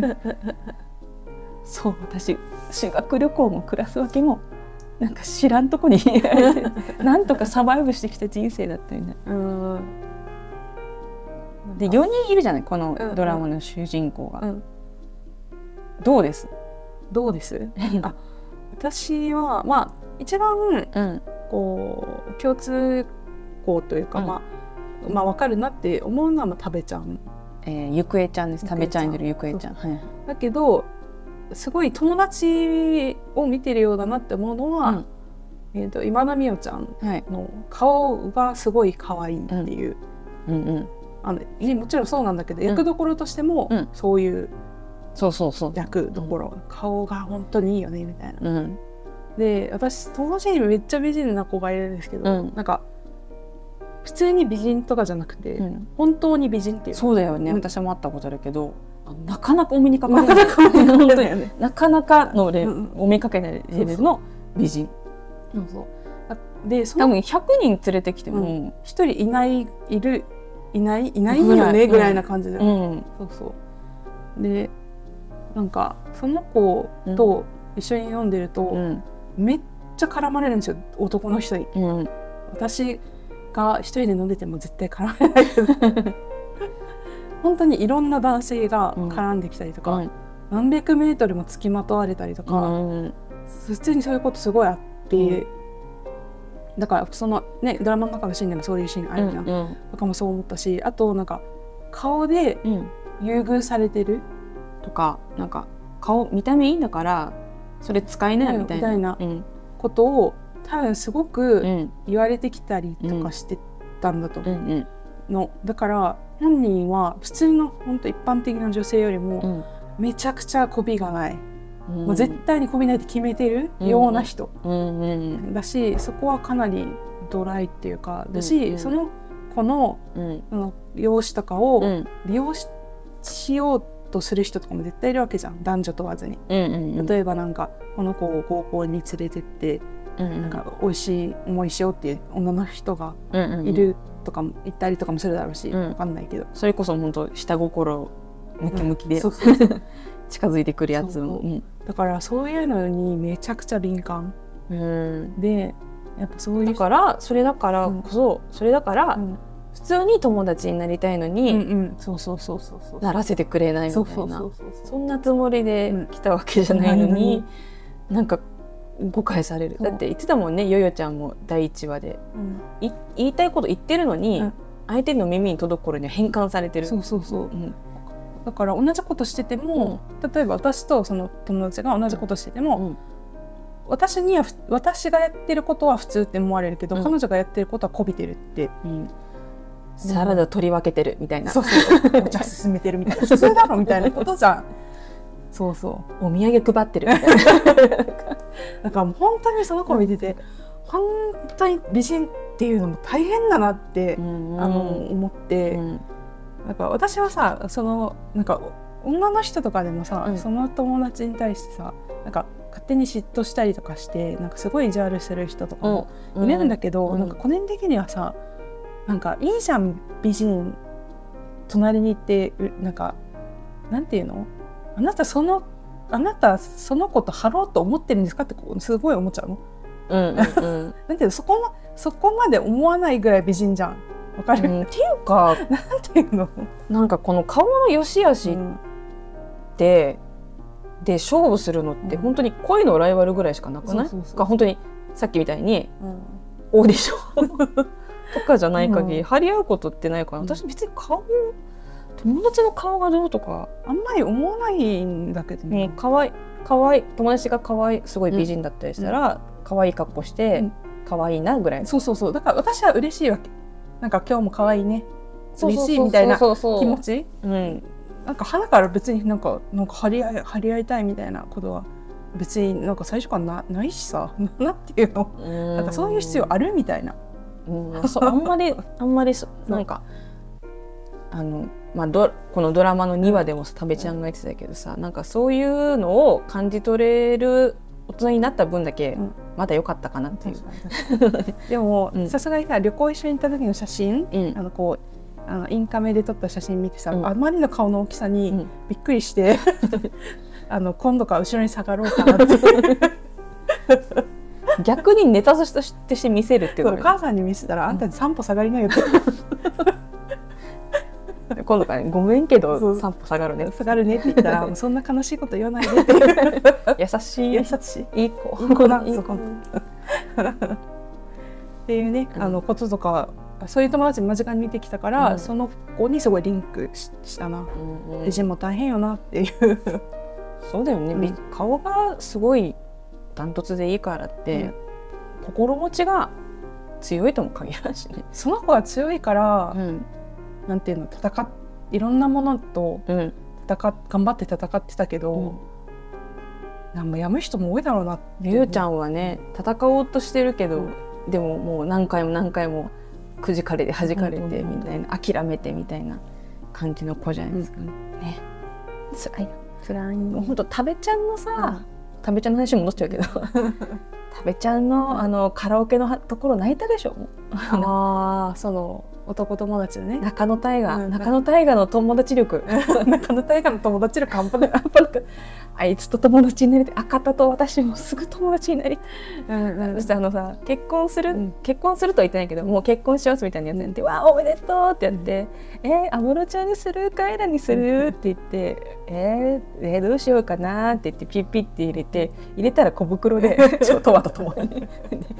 そう、私修学旅行もクラス分けもなんか知らんとこに入れられてなんとかサバイブしてきた人生だったよね。で4人いるじゃない、このドラマの主人公が。どうです？ あ、私はまあ一番こう共通項というか、まあ分かるなって思うのはまあ多部ちゃん、 ゆくえちゃんです。多部ちゃん演じるゆくえちゃん。 だけどすごい友達を見てるようだなって思うのは、今田美桜ちゃんの顔がすごい可愛いっていう、もちろんそうなんだけど、役どころとしてもそういう役どころ、顔が本当にいいよねみたいな。で、私友達にめっちゃ美人な子がいるんですけど、なんか普通に美人とかじゃなくて、本当に美人っていう。 そうだよね、私も会ったことあるけど、なかなかお目にかかれない、なかなかのお目かけないレベルの美人。 で、 多分100人連れてきても 1人いないよねぐらいな感じで、そうそう。で、なんかその子と一緒に飲んでると、めっちゃ絡まれるんですよ、男の人に。私が一人で飲んでても絶対絡めないけど本当にいろんな男性が絡んできたりとか、何百メートルも付きまとわれたりとか、普通にそういうことすごいあって、だからそのね、ドラマの中のシーンでもそういうシーンあるじゃん、とかもそう思ったし、あとなんか顔で優遇されてるとか、なんか顔見た目いいんだからそれ使いなよみたいなことを多分すごく言われてきたりとかしてたんだと思うの。だから本人は普通の本当一般的な女性よりもめちゃくちゃ媚びがない、もう絶対に媚びないって決めてるような人だし、そこはかなりドライっていうかだし、その子の容姿とかを利用しようとする人とかも絶対いるわけじゃん、男女問わずに。例えばなんかこの子を高校に連れてってなんか美味しい思いしようっていう女の人がいるとかも言ったりとかもするだろうし、分かんないけど、 それこそ本当下心ムキムキで近づいてくるやつも、 だからそういうのにめちゃくちゃ敏感で、やっぱそういうだからそれだから普通に友達になりたいのにならせてくれないみたいな、そんなつもりで来たわけじゃないのに、なんか誤解される。だって言ってたもんね、よよちゃんも第1話で、言いたいこと言ってるのに、相手の耳に届く頃には変換されてる。 だから同じことしてても、例えば私とその友達が同じことしてても、私がやってることは普通って思われるけど、彼女がやってることはこびてるって、 サラダ取り分けてるみたいな、 お茶進めてるみたいな、普通だろみたいなことじゃん。お土産配ってるみたいなだから本当にその子見てて、本当に美人っていうのも大変だなって思って、だから私はさ、そのなんか女の人とかでもさ、その友達に対してさ、なんか勝手に嫉妬したりとかして、なんかすごい意地悪する人とかもいるんだけど、なんか個人的にはさ、なんかいいじゃん美人隣にいて、なんかなんていうの、あなたその子と張ろうと思ってるんですかってすごい思っちゃうの。だけどそこまで思わないぐらい美人じゃん。わかる？ っていうか、 なんていうの？ なんかこの顔の良し悪しで勝負するのって本当に恋のライバルぐらいしかなくない？本当にさっきみたいにオーディションとかじゃない限り張り合うことってないから、私別に友達の顔がどうとかあんまり思わないんだけどね。 可愛い友達が可愛い、すごい美人だったりしたら可愛い格好して可愛いなぐらい。 そうだから私は嬉しいわけ。なんか今日も可愛いね、嬉しいみたいな気持ち。なんか鼻から別になんか張り合いたいみたいなことは別になんか最初からないしさ、なんていうの、なんかそういう必要あるみたいな。 あんまりなんかこのドラマの2話でも多部ちゃんが言ってたけどさ、なんかそういうのを感じ取れる大人になった分だけまだ良かったかなっていう。 でもさすがにさ旅行一緒に行った時の写真、こうインカメで撮った写真見てさ、あまりの顔の大きさにびっくりして、今度から後ろに下がろうかなって逆にネタとして見せるっていうの、 お母さんに見せたら、あんた3歩下がりなよって今度から、ね、ごめんけど3歩下がるね下がるねって言ったらもうそんな悲しいこと言わないでって優しいいい子なんですっていうね、こととかそういう友達間近に見てきたから、その子にすごいリンクしたな。美人も大変よなっていうそうだよね、顔がすごいダントツでいいからって、心持ちが強いとも限らんしね。 その子が強いから、なんていうのいろんなものと頑張って戦ってたけど、なんかやむ人も多いだろうなって。 ゆうちゃんはね戦おうとしてるけど、でももう何回も何回もくじかれて弾かれてみたいな、諦めてみたいな感じの子じゃないですかね。辛いもうほんと食べちゃんのさ、食べちゃんの話に戻っちゃうけど食べちゃんのカラオケのところ泣いたでしょ。 その男友達のね、 中野大河の友達力中野大河の友達力半端ないあいつと友達になりたい、赤田と私もすぐ友達になりそしてさ結婚するとは言ってないけど、もう結婚しますみたいなやつやって、わあおめでとうってやって、安室ちゃんにするかエラにするって言って、どうしようかなって言ってピッピッて入れたら小袋でトマトともに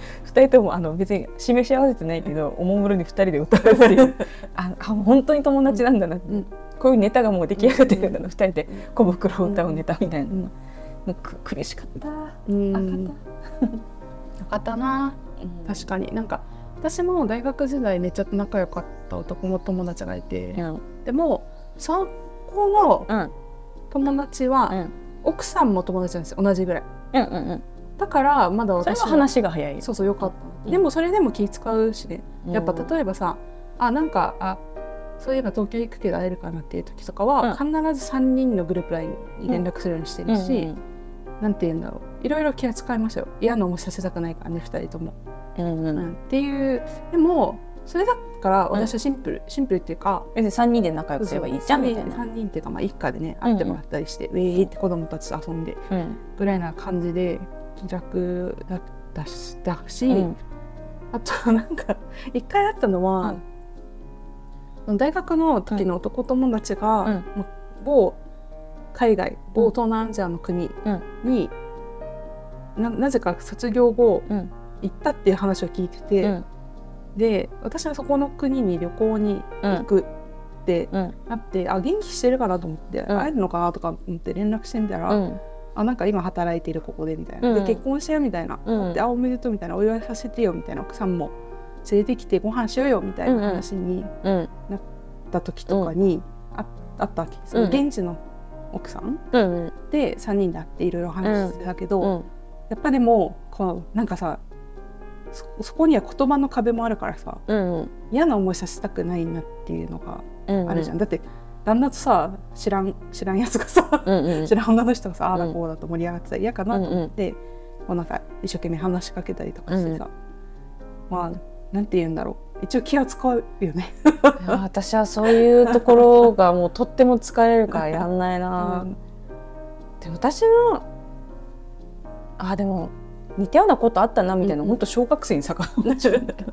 2人とも別に示し合わせてないけどおもむろに2人で歌うっていう本当に友達なんだなって、こういうネタがもう出来上がってるんだな、2人で小袋を歌うネタみたいな、苦しかった。 よかったな。確かになんか私も大学時代めっちゃ仲良かった男の友達がいて、でもそこの友達は奥さんも友達なんですよ、同じぐらい。だからまだ私は話が早い。 そうよかった。でもそれでも気使うしね、やっぱ例えばさ、なんかそういえば東京行くけど会えるかなっていう時とかは、必ず3人のグループ LINE に連絡するようにしてるし、なんて言うんだろう、いろいろ気を使いましたよ。嫌な思いさせたくないからね、2人とも。っていう、でもそれだから私はシンプルっていうか、 別に3人で仲良くすればいいじゃんみたいな。 3人っていうか一家でね会ってもらったりして、ウェーって子供たちと遊んでぐらいな感じで気楽だし、あとなんか一回あったのは、大学の時の男友達が、某海外、某東南アジアの国に、なぜか卒業後、行ったっていう話を聞いてて、で私はそこの国に旅行に行くってなって、元気してるかなと思って、会えるのかなとか思って連絡してみたら、なんか今働いているここでみたいな、で結婚してよみたいな、でおめでとうみたいな、お祝いさせてよみたいな、奥さんも連れてきてご飯しようよみたいな話になった時とかにあったわけです。現地の奥さんで3人で会っていろいろ話してたけど、やっぱでもなんかさ、そこには言葉の壁もあるからさ、嫌な思いさせたくないなっていうのがあるじゃん。だって旦那とさ知らんやつがさ、知らん女の人がさ、ああだこうだと盛り上がってたら嫌かなと思って、なんか一生懸命話しかけたりとかしてさ、なんて言うんだろう、一応気は使うよね。 私はそういうところがもうとっても疲れるからやんないな。で私のでも似たようなことあったなみたいな、本当小学生に遡っちゃうんだけど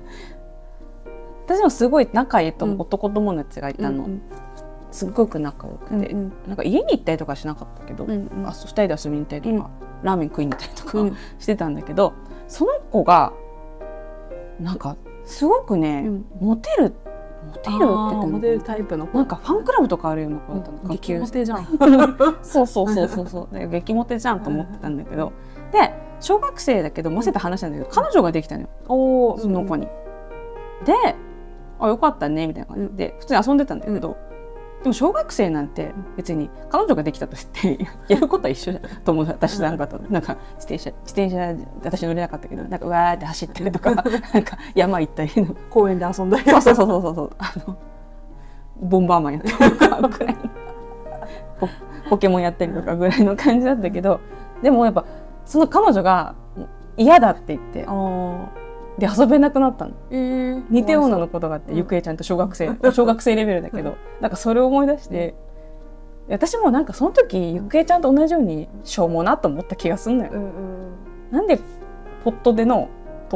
私もすごい仲いい男友達がいたの、すっごく仲良くて、なんか家に行ったりとかしなかったけど、2人で遊びに行ったりとか、ラーメン食いに行ったりとかしてたんだけど、その子がなんかすごくね、モテるタイプの子、なんかファンクラブとかあるような子だったの。 激モテじゃん。 そう激モテじゃんと思ってたんだけど、で小学生だけどませた話なんだけど、彼女ができたのよ、その子に。でよかったねみたいな感じで普通に遊んでたんだけど、でも小学生なんて別に彼女ができたとしてやることは一緒じゃんと思う。私なんかとなんか自転車私乗れなかったけど、なんかうわーって走ったりとかなんか山行ったり公園で遊んだり、 そうボンバーマンやったりとかぐらいポケモンやったりとかぐらいの感じだったけど、でもやっぱその彼女が嫌だって言ってで遊べなくなったの。似たようなことがあって、ゆくえちゃんと小学生レベルだけど、なんかそれを思い出して、私もなんかその時ゆくえちゃんと同じようにしょうもなと思った気がすんのよ。なんでポットでの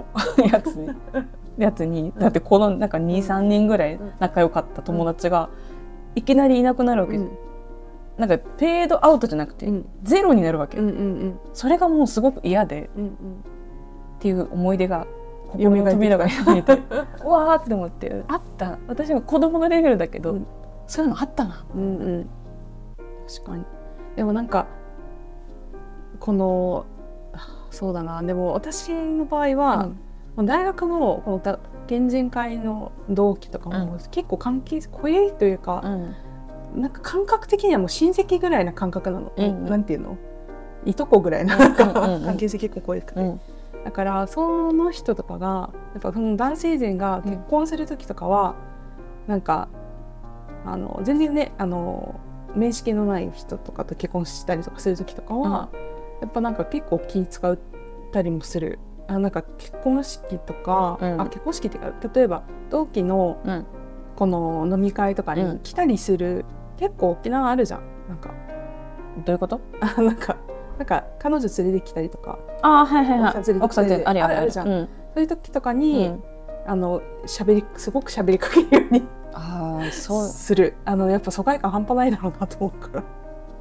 やつにだってこのなんか 2,3 人ぐらい仲良かった友達がいきなりいなくなるわけじゃん。なんかフェードアウトじゃなくてゼロになるわけ。それがもうすごく嫌でっていう思い出が心の扉が開いてうわーって思って、あった、私が子供のレベルだけど、そういうのあったな。 確かに。でもなんかこのそうだな、でも私の場合は、大学のこの原人会の同期とかも結構関係濃いというか、なんか感覚的にはもう親戚ぐらいな感覚なの。なんていうの、いとこぐらいな関係性結構濃いくて、だからその人とかがやっぱその男性陣が結婚する時とかは、なんか全然ね面識のない人とかと結婚したりとかする時とかは、やっぱなんか結構気使ったりもする。なんか結婚式とか、結婚式っていうか、例えば同期のこの飲み会とかに来たりする、結構沖縄あるじゃん。なんかどういうこと？ なんか彼女連れてきたりとか、 奥さんってあるじゃん。そういう時とかにすごく喋りかけるようにする。やっぱ疎外感半端ないだろうなと思うから。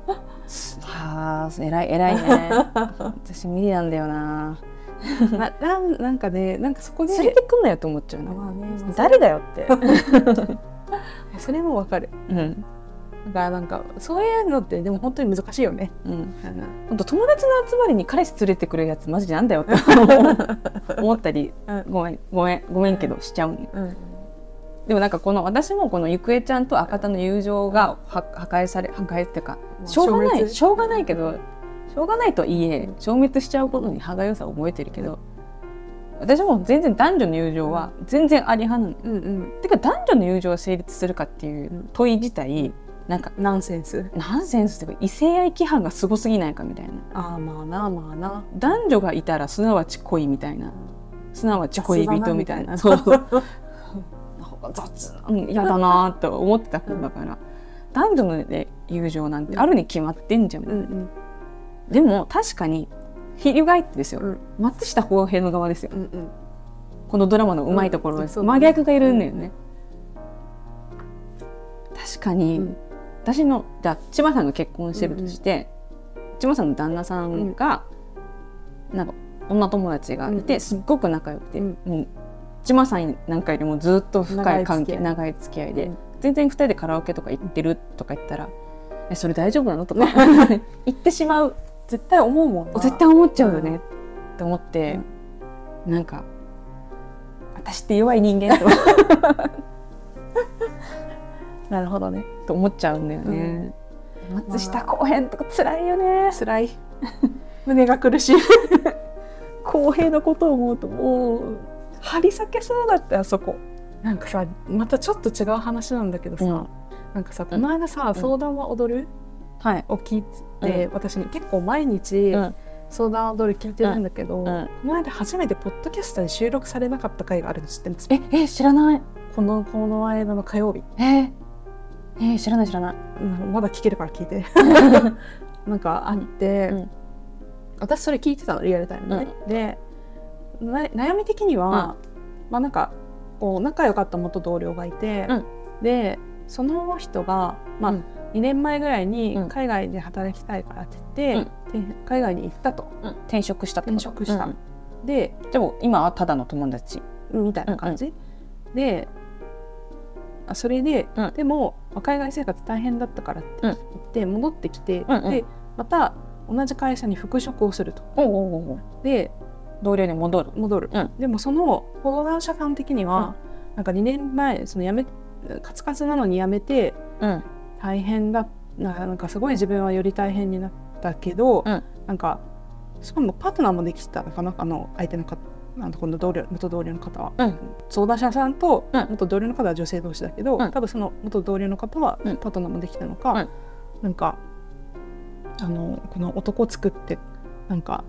偉いね。私無理なんだよな。 なんかね、なんかそこで連れてくんなよと思っちゃうね。誰だよってそれもわかる。だからなんかそういうのってでも本当に難しいよね。 本当友達の集まりに彼氏連れてくるやつマジでなんだよって思ったり、ごめんけどしちゃうね。でもなんか私もこのゆくえちゃんと赤田の友情が破壊っていうか、しょうがないけど、しょうがないとはいえ消滅しちゃうことに歯がゆさを覚えてるけど、私も全然男女の友情は全然あり派なの。てか男女の友情が成立するかっていう問い自体なんかナンセンスっていうか異性愛規範がすごすぎないかみたいな。 まあな男女がいたらすなわち恋みたいな、すなわち恋人みたいな、そう雑嫌だなと思ってた子だから、男女の友情なんてあるに決まってんじゃん。でも確かに翻ってですよ、松下洸平の側ですよ、このドラマのうまいところです。真逆がいるんだよね。確かに、私のじゃあ千葉さんが結婚してるとして、千葉さんの旦那さんがなんか女友達がいてすっごく仲良くて、千葉さんなんかよりもずっと深い関係、長い付き合いで、全然2人でカラオケとか行ってるとか言ったら「それ大丈夫なの?」とか言ってしまう。 絶対思うもんな。 絶対思っちゃうよねって思って、なんか私って弱い人間となるほどねと思っちゃうんだよね。松下洸平とか辛いよね。 辛い胸が苦しい洸平のことを思うともう張り裂けそうだって。あそこなんかさ、またちょっと違う話なんだけどさ、なんかさ、この間さ、相談は踊るを聞いて、私結構毎日相談は踊る聞いてるんだけど、この間初めてポッドキャストで収録されなかった回があるの知ってるんですか？ 知らない。 この間の火曜日。 知らない。 まだ聞けるから聞いてなんかあって、私それ聞いてたのリアルタイムでね。で悩み的には、なんかこう仲良かった元同僚がいて、でその人が2年前ぐらいに海外で働きたいからって言って、海外に行ったと、 転職した。 でも今はただの友達みたいな感じ、でそれで、でも海外生活大変だったからって言って戻ってきて、でまた同じ会社に復職をすると。で同僚に戻る、 でもその相談者さん的には、なんか2年前カツカツなのに辞めて、大変だ、なんかすごい自分はより大変になったけど、なんかしかもパートナーもできたのかな、相手の方、この元同僚の方は、相談者さんと元同僚の方は女性同士だけど、多分その元同僚の方はパートナーもできたのか、なんかこの男を作ってなんか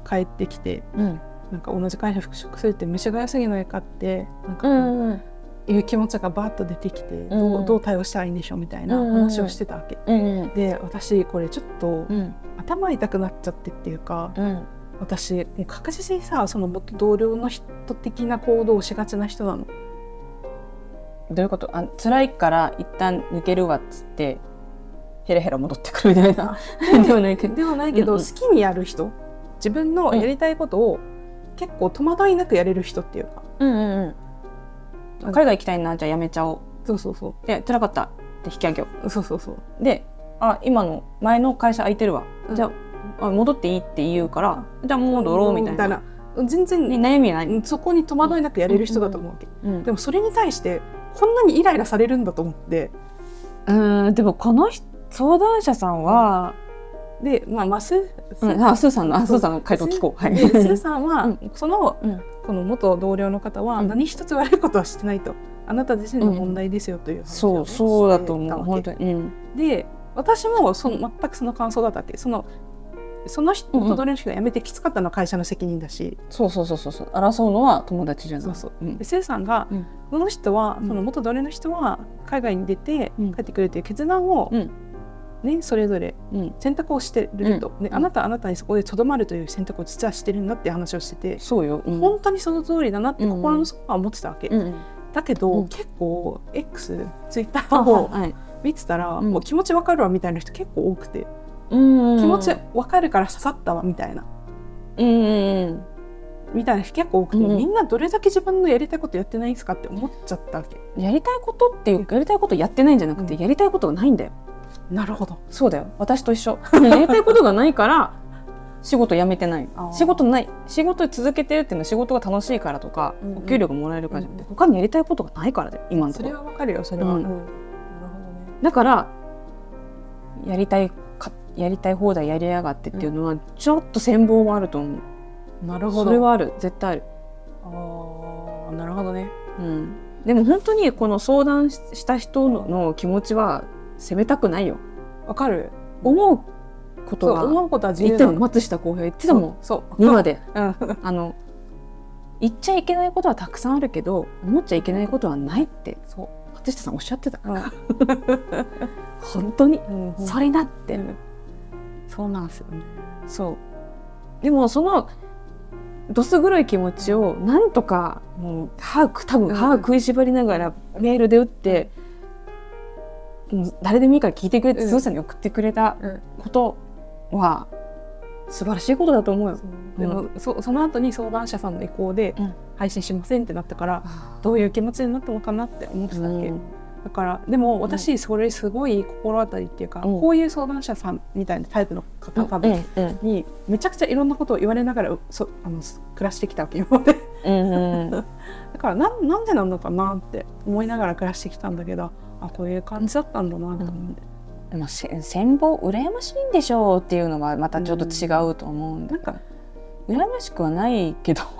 帰ってきて、なんか同じ会社復職するって虫が良すぎないかってなんか、いう気持ちがバーッと出てきて、どう対応したらいいんでしょうみたいな話をしてたわけ、で私これちょっと頭痛くなっちゃってっていうか、私確実にさその元同僚の人的な行動をしがちな人なの。 どういうこと？辛いから一旦抜けるわっつってヘラヘラ戻ってくるみたいなではないけど、好きにやる人、自分のやりたいことを結構戸惑いなくやれる人っていうか、 海外行きたいな、じゃあやめちゃおう。で辛かったって引き上げよう。で今の前の会社空いてるわ、じゃあ戻っていいって言うから、じゃあ戻ろうみたいな。 全然悩みない。 そこに戸惑いなくやれる人だと思うわけ。でもそれに対してこんなにイライラされるんだと思って。 でもこの相談者さんは、 でスーさんの回答聞こう。スーさんはこの元同僚の方は何一つ悪いことはしてないと、あなた自身の問題ですよという話をしてたわけ。 そうだと思う本当に。 で私も全くその感想だったわけ。その人元同僚の人が辞めてきつかったのは会社の責任だし、 争うのは友達じゃない。 でスーさんが、この人はその元同僚の人は海外に出て帰ってくるという決断をそれぞれ選択をしてると、あなたにそこでとどまるという選択を実はしてるんだっていう話をしてて、本当にその通りだなって心の底は思ってたわけ。だけど結構 X、ツイッターを見てたら、もう気持ちわかるわみたいな人結構多くて、気持ちわかるから刺さったわみたいな、みたいな人結構多くて、みんなどれだけ自分のやりたいことやってないんですかって思っちゃったわけ。 やりたいことっていうか、やりたいことやってないんじゃなくて、やりたいことがないんだよ。 なるほど。 そうだよ、私と一緒。やりたいことがないから仕事辞めてない。仕事続けてるっていうのは仕事が楽しいからとか、お給料がもらえるからじゃなくて、他にやりたいことがないからで、今のところ。 それはわかるよ、それは。なるほどね。 だからやりたい放題やりやがってっていうのはちょっと羨望もあると思う。 なるほど。 それはある、絶対ある。 なるほどね。 でも本当にこの相談した人の気持ちは責めたくないよ。 わかる。 思うことは自由なの。松下洸平言ってたもん。2話で言っちゃいけないことはたくさんあるけど、思っちゃいけないことはないって松下さんおっしゃってた。本当にそれだって。 そうなんですよね。 でもそのどす黒い気持ちをなんとかもう歯食いしばりながらメールで打って、誰でもいいから聞いてくれってスーさんに送ってくれたことは素晴らしいことだと思うよ。 でもその後に相談者さんの意向で配信しませんってなったから、どういう気持ちになったのかなって思ってたっけ。だからでも私それすごい心当たりっていうか、こういう相談者さんみたいなタイプの方々にめちゃくちゃいろんなことを言われながら暮らしてきたわけ今まで。だからなんでなのかなって思いながら暮らしてきたんだけど、こういう感じだったんだなと思って。 でも羨望羨ましいんでしょうっていうのはまたちょっと違うと思うんだ。なんか羨ましくはないけど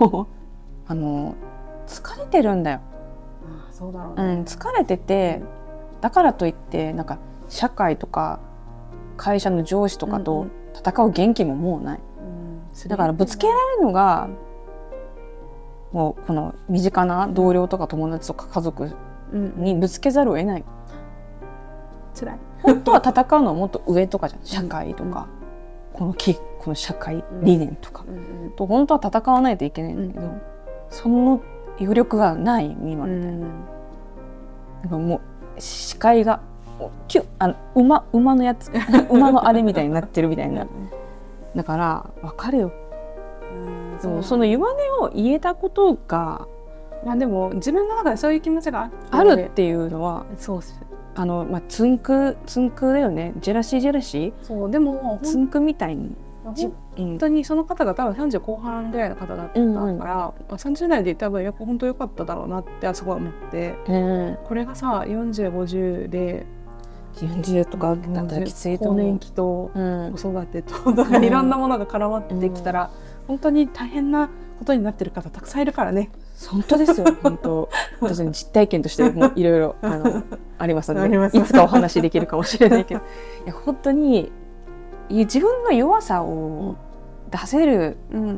疲れてるんだよ。 そうだろうね。 疲れてて、だからといってなんか社会とか会社の上司とかと戦う元気ももうない。だからぶつけられるのがもうこの身近な同僚とか友達とか家族にぶつけざるを得ない。 辛い。 本当は戦うのはもっと上とかじゃん。社会とか、この社会理念とかと本当は戦わないといけないんだけど、その余力がない今みたいな。なんかもう視界が馬のやつ馬のあれみたいになってるみたいな。だから分かるよ。でもその弱音を言えたことが、 でも自分の中でそういう気持ちがあるっていうのは、つんくだよね。ジェラシー。そうでもつんくみたいに。 本当にその方が多分30後半ぐらいの方だったから、30代で多分本当良かっただろうなってすごい思って、これがさ40、50で 40とかだったらきついと思う。 更年期と子育てといろんなものが絡まってきたら、本当に大変なことになってる方たくさんいるからね。 本当ですよ。本当私の実体験としてもいろいろありますので、いつかお話できるかもしれないけど、いや本当に自分の弱さを出せる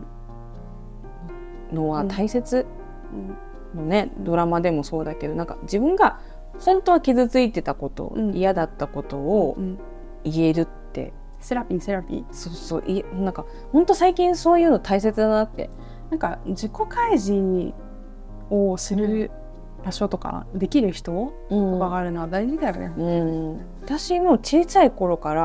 のは大切のね、ドラマでもそうだけど、なんか自分が本当は傷ついてたこと、嫌だったことを言えるって、 セラピー。 そうなんか本当最近そういうの大切だなって。 なんか自己開示をする場所とかできる人とかがあるのは大事だよね。 私も小さい頃から、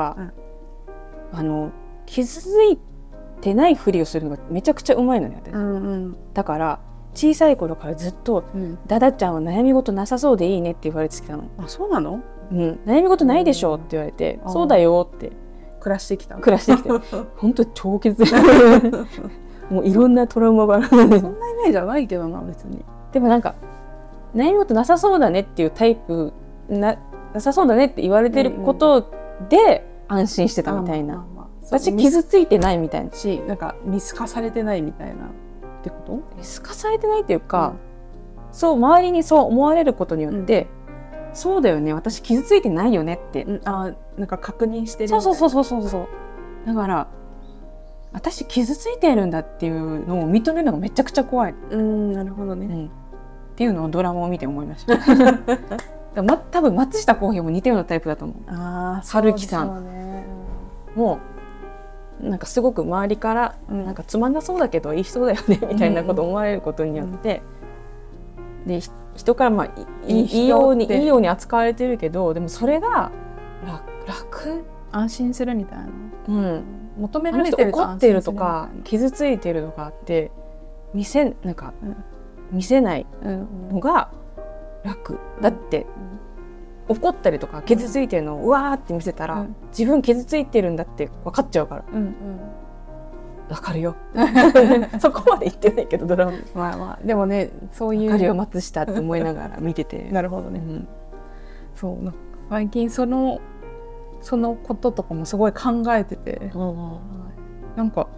傷ついてないふりをするのがめちゃくちゃうまいのね、私。だから小さい頃からずっと、ダダちゃんは悩み事なさそうでいいねって言われてきたの。 あ、そうなの？ 悩み事ないでしょって言われて、そうだよって暮らしてきて本当超傷もういろんなトラウマがある。そんなイメージじゃないけどな、別に。 でもなんか悩み事なさそうだねっていうタイプなさそうだねって言われてることで安心してたみたいな。私傷ついてないみたいなし、なんか見透かされてないみたいなってこと？ 見透かされてないっていうか、そう周りにそう思われることによって、そうだよね、私傷ついてないよねって、 なんか確認してる。 そうだから私傷ついてるんだっていうのを認めるのがめちゃくちゃ怖い。 なるほどね、 っていうのをドラマを見て思いました。多分松下洸平も似たようなタイプだと思う。春樹さんもうなんかすごく周りからなんかつまんなそうだけどいい人だよねみたいなことを思われることによって、で人からいいように扱われてるけど、でもそれが楽、 安心するみたいな、求められてると怒ってるとか傷ついてるとかって見せないのが楽だって。怒ったりとか傷ついてるのをうわーって見せたら、自分傷ついてるんだって分かっちゃうから、分かるよそこまで言ってないけどドラマでもね、そういう分かるよ松下って思いながら見ててなるほどね、そうなんか最近そのこととかもすごい考えてて、なんか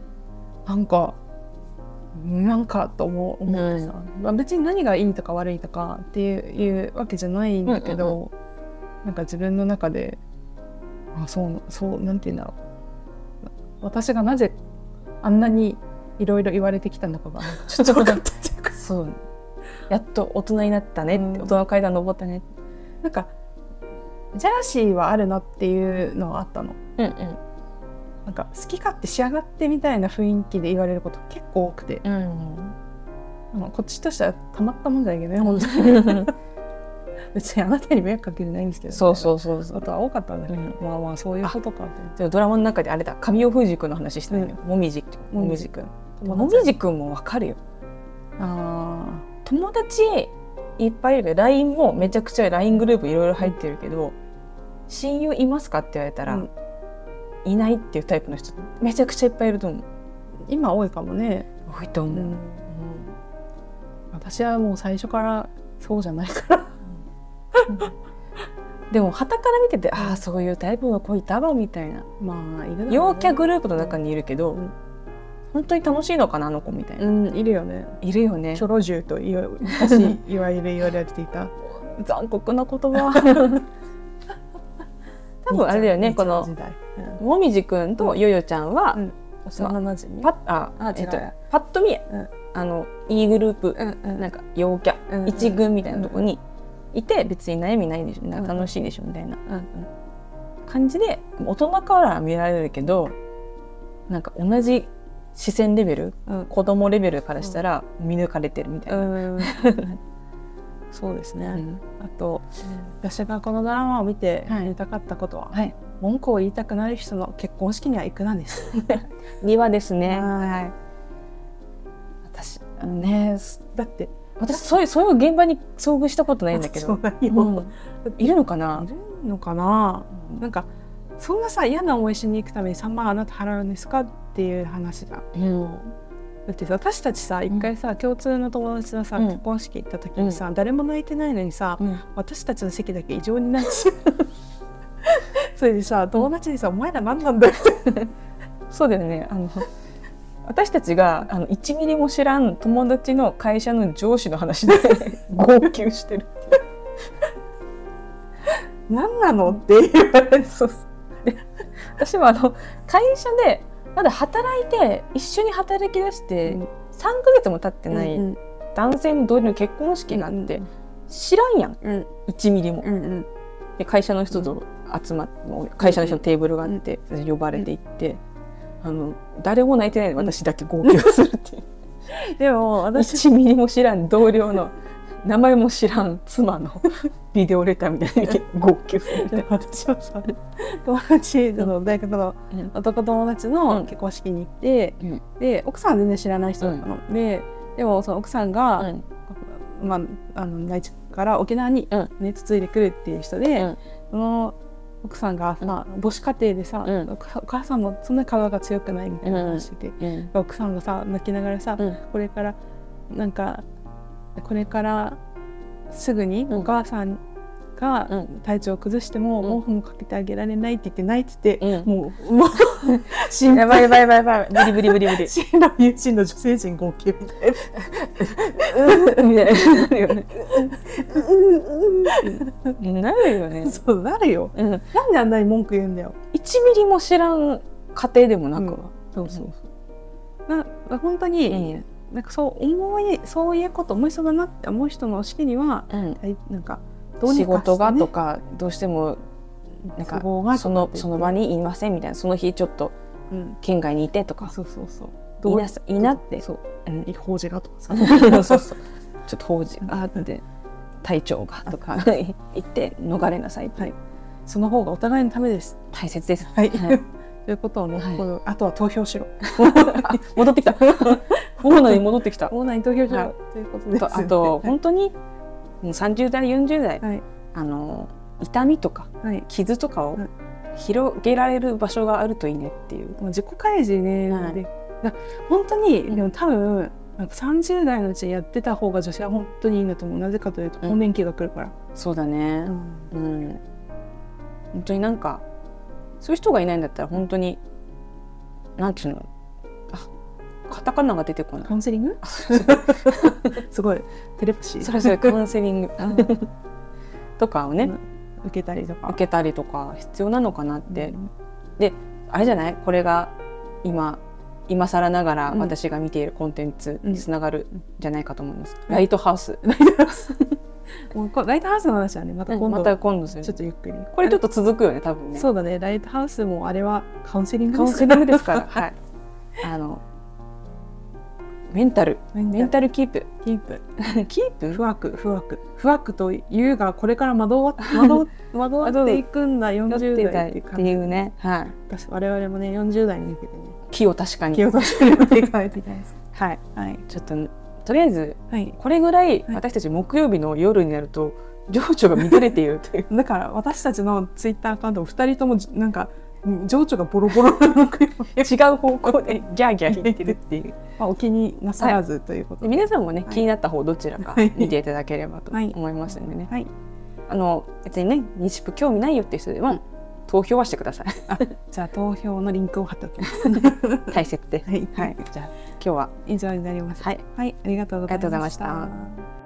と思ってさ、別に何がいいとか悪いとかっていうわけじゃないんだけど、なんか自分の中でそうなんていうんだろう、私がなぜあんなにいろいろ言われてきたのかがちょっと分かったっていうか、 そうやっと大人になったねって、大人の階段登ったね、 なんかジェラシーはあるなっていうのはあったの。なんか好き勝手仕上がってみたいな雰囲気で言われること結構多くて、こっちとしてはたまったもんじゃないけどね、本当に別にあなたに迷惑かけてないんですけど、 そうあとは多かったんだけど、まあそういうことかって。ドラマの中であれだ、神尾楓珠君の話したのよ、もみじくん。もみじくんもわかるよ。友達いっぱいいるけど LINE もめちゃくちゃ LINE グループいろいろ入ってるけど、親友いますかって言われたら、いないっていうタイプの人めちゃくちゃいっぱいいると思う。 今多いかもね。 多いと思う、 私はもう最初からそうじゃないからでも傍から見てて、そういうタイプの子いたわみたいな、陽キャグループの中にいるけど、本当に楽しいのかなあの子みたいな、 いるよね。 いるよね。 チョロ獣と昔言われていた残酷な言葉多分あれだよね、このもみじくんとよよちゃんは幼なじみ、 パッと見いいグループ、なんか陽キャ一軍みたいなとこにいて、別に悩みないでしょ、楽しいでしょみたいな感じで大人から見られるけど、なんか同じ視線レベル、子供レベルからしたら見抜かれてるみたいな。 そうですね、あと、私がこのドラマを見て言いたかったことは、文句を言いたくなる人の結婚式には行くなですにはですね、 私ね、だって私そういう現場に遭遇したことないんだけど、いるのかな、 なんかそんなさ、嫌な思いしに行くために3万あなた払うんですかっていう話だ。だって私たちさ、一回さ、共通の友達のさ、結婚式行った時にさ、誰も泣いてないのにさ、私たちの席だけ異常になってそれでさ、友達にさ、お前ら何なんだよってそうだよね、私たちが1ミリも知らん友達の会社の上司の話で号泣してる何なのって言われる。 私も会社でまだ働いて一緒に働き出して3ヶ月も経ってない男性の同僚の結婚式があって知らんやん、1ミリも。で会社の人と集まって会社の人のテーブルがあって呼ばれていって、誰も泣いてないのに私だけ号泣するっていう。でも私1ミリも知らん同僚の名前も知らん妻のビデオレターみたいな号泣するみたいな。 私はさ友達の大学の男友達の結婚式に行って、で奥さんは全然知らない人だったの、でもその奥さんが、内地から沖縄にね嫁いでくるっていう人で、その奥さんがさ母子家庭でさ、お母さんもそんなに体が強くないみたいな話してて、奥さんがさ泣きながらさ、これからすぐにお母さんが体調を崩しても毛布もかけてあげられないって言って泣いてて、もうやばいやばいやばいやばい、ブリブリブリブリ、 真の友人の女性陣号泣みたいなみたいななるよね。なるよね。 そうなるよ。なんであんなに文句言うんだよ。 1ミリも知らん家庭でもなく、 そう本当に。なんかそういうこと思いそうだなって思う人の式には、なんかどうにかして、ね、仕事がとかどうしてもなんかその場にいませんみたいな、その日ちょっと県外にいてとか、いいなって、 法事がとかさそうそうちょっと法事があって体調がとか言って逃れなさいって、 その方がお互いのためです。 大切です。 ということをね、あとは投票しろ。 戻ってきた。オーナーに戻ってきた。 オーナーに投票しろということです。 あと本当に30代40代、痛みとか傷とかを広げられる場所があるといいねっていう。 自己開示ね。本当にでも多分30代のうちにやってた方が女性は本当にいいんだと思う。なぜかというと更年期が来るから。 そうだね。本当になんかそういう人がいないんだったら本当になんていうの、カタカナが出てこない。 カウンセリング？すごいテレパシー。 それカウンセリングとかをね、 受けたりとか必要なのかなって。であれじゃない？これが今更ながら私が見ているコンテンツにつながるんじゃないかと思います。ライトハウス。 ライトハウスの話はねまた今度する。ちょっとゆっくり。 これちょっと続くよね多分ね。 そうだね。ライトハウスもあれはカウンセリングですから。はい。メンタルキープ不惑というがこれから惑わっていくんだ40代っていうね。はい。 我々もね40代に向けてね気を確かに持って帰っていきたいです。 はい。ちょっととりあえずこれぐらい私たち木曜日の夜になると情緒が乱れているという。 だから私たちのツイッターアカウントも2人ともなんか情緒がボロボロな木曜日違う方向でギャーギャー言ってるっていう。 お気になさらずということで、 皆さんもね気になった方どちらか見ていただければと思いますのでね。別にね日プ興味ないよっていう人では投票はしてください。 じゃあ投票のリンクを貼っておきます。 大切です。じゃあ今日は以上になります。 はい、 ありがとうございました。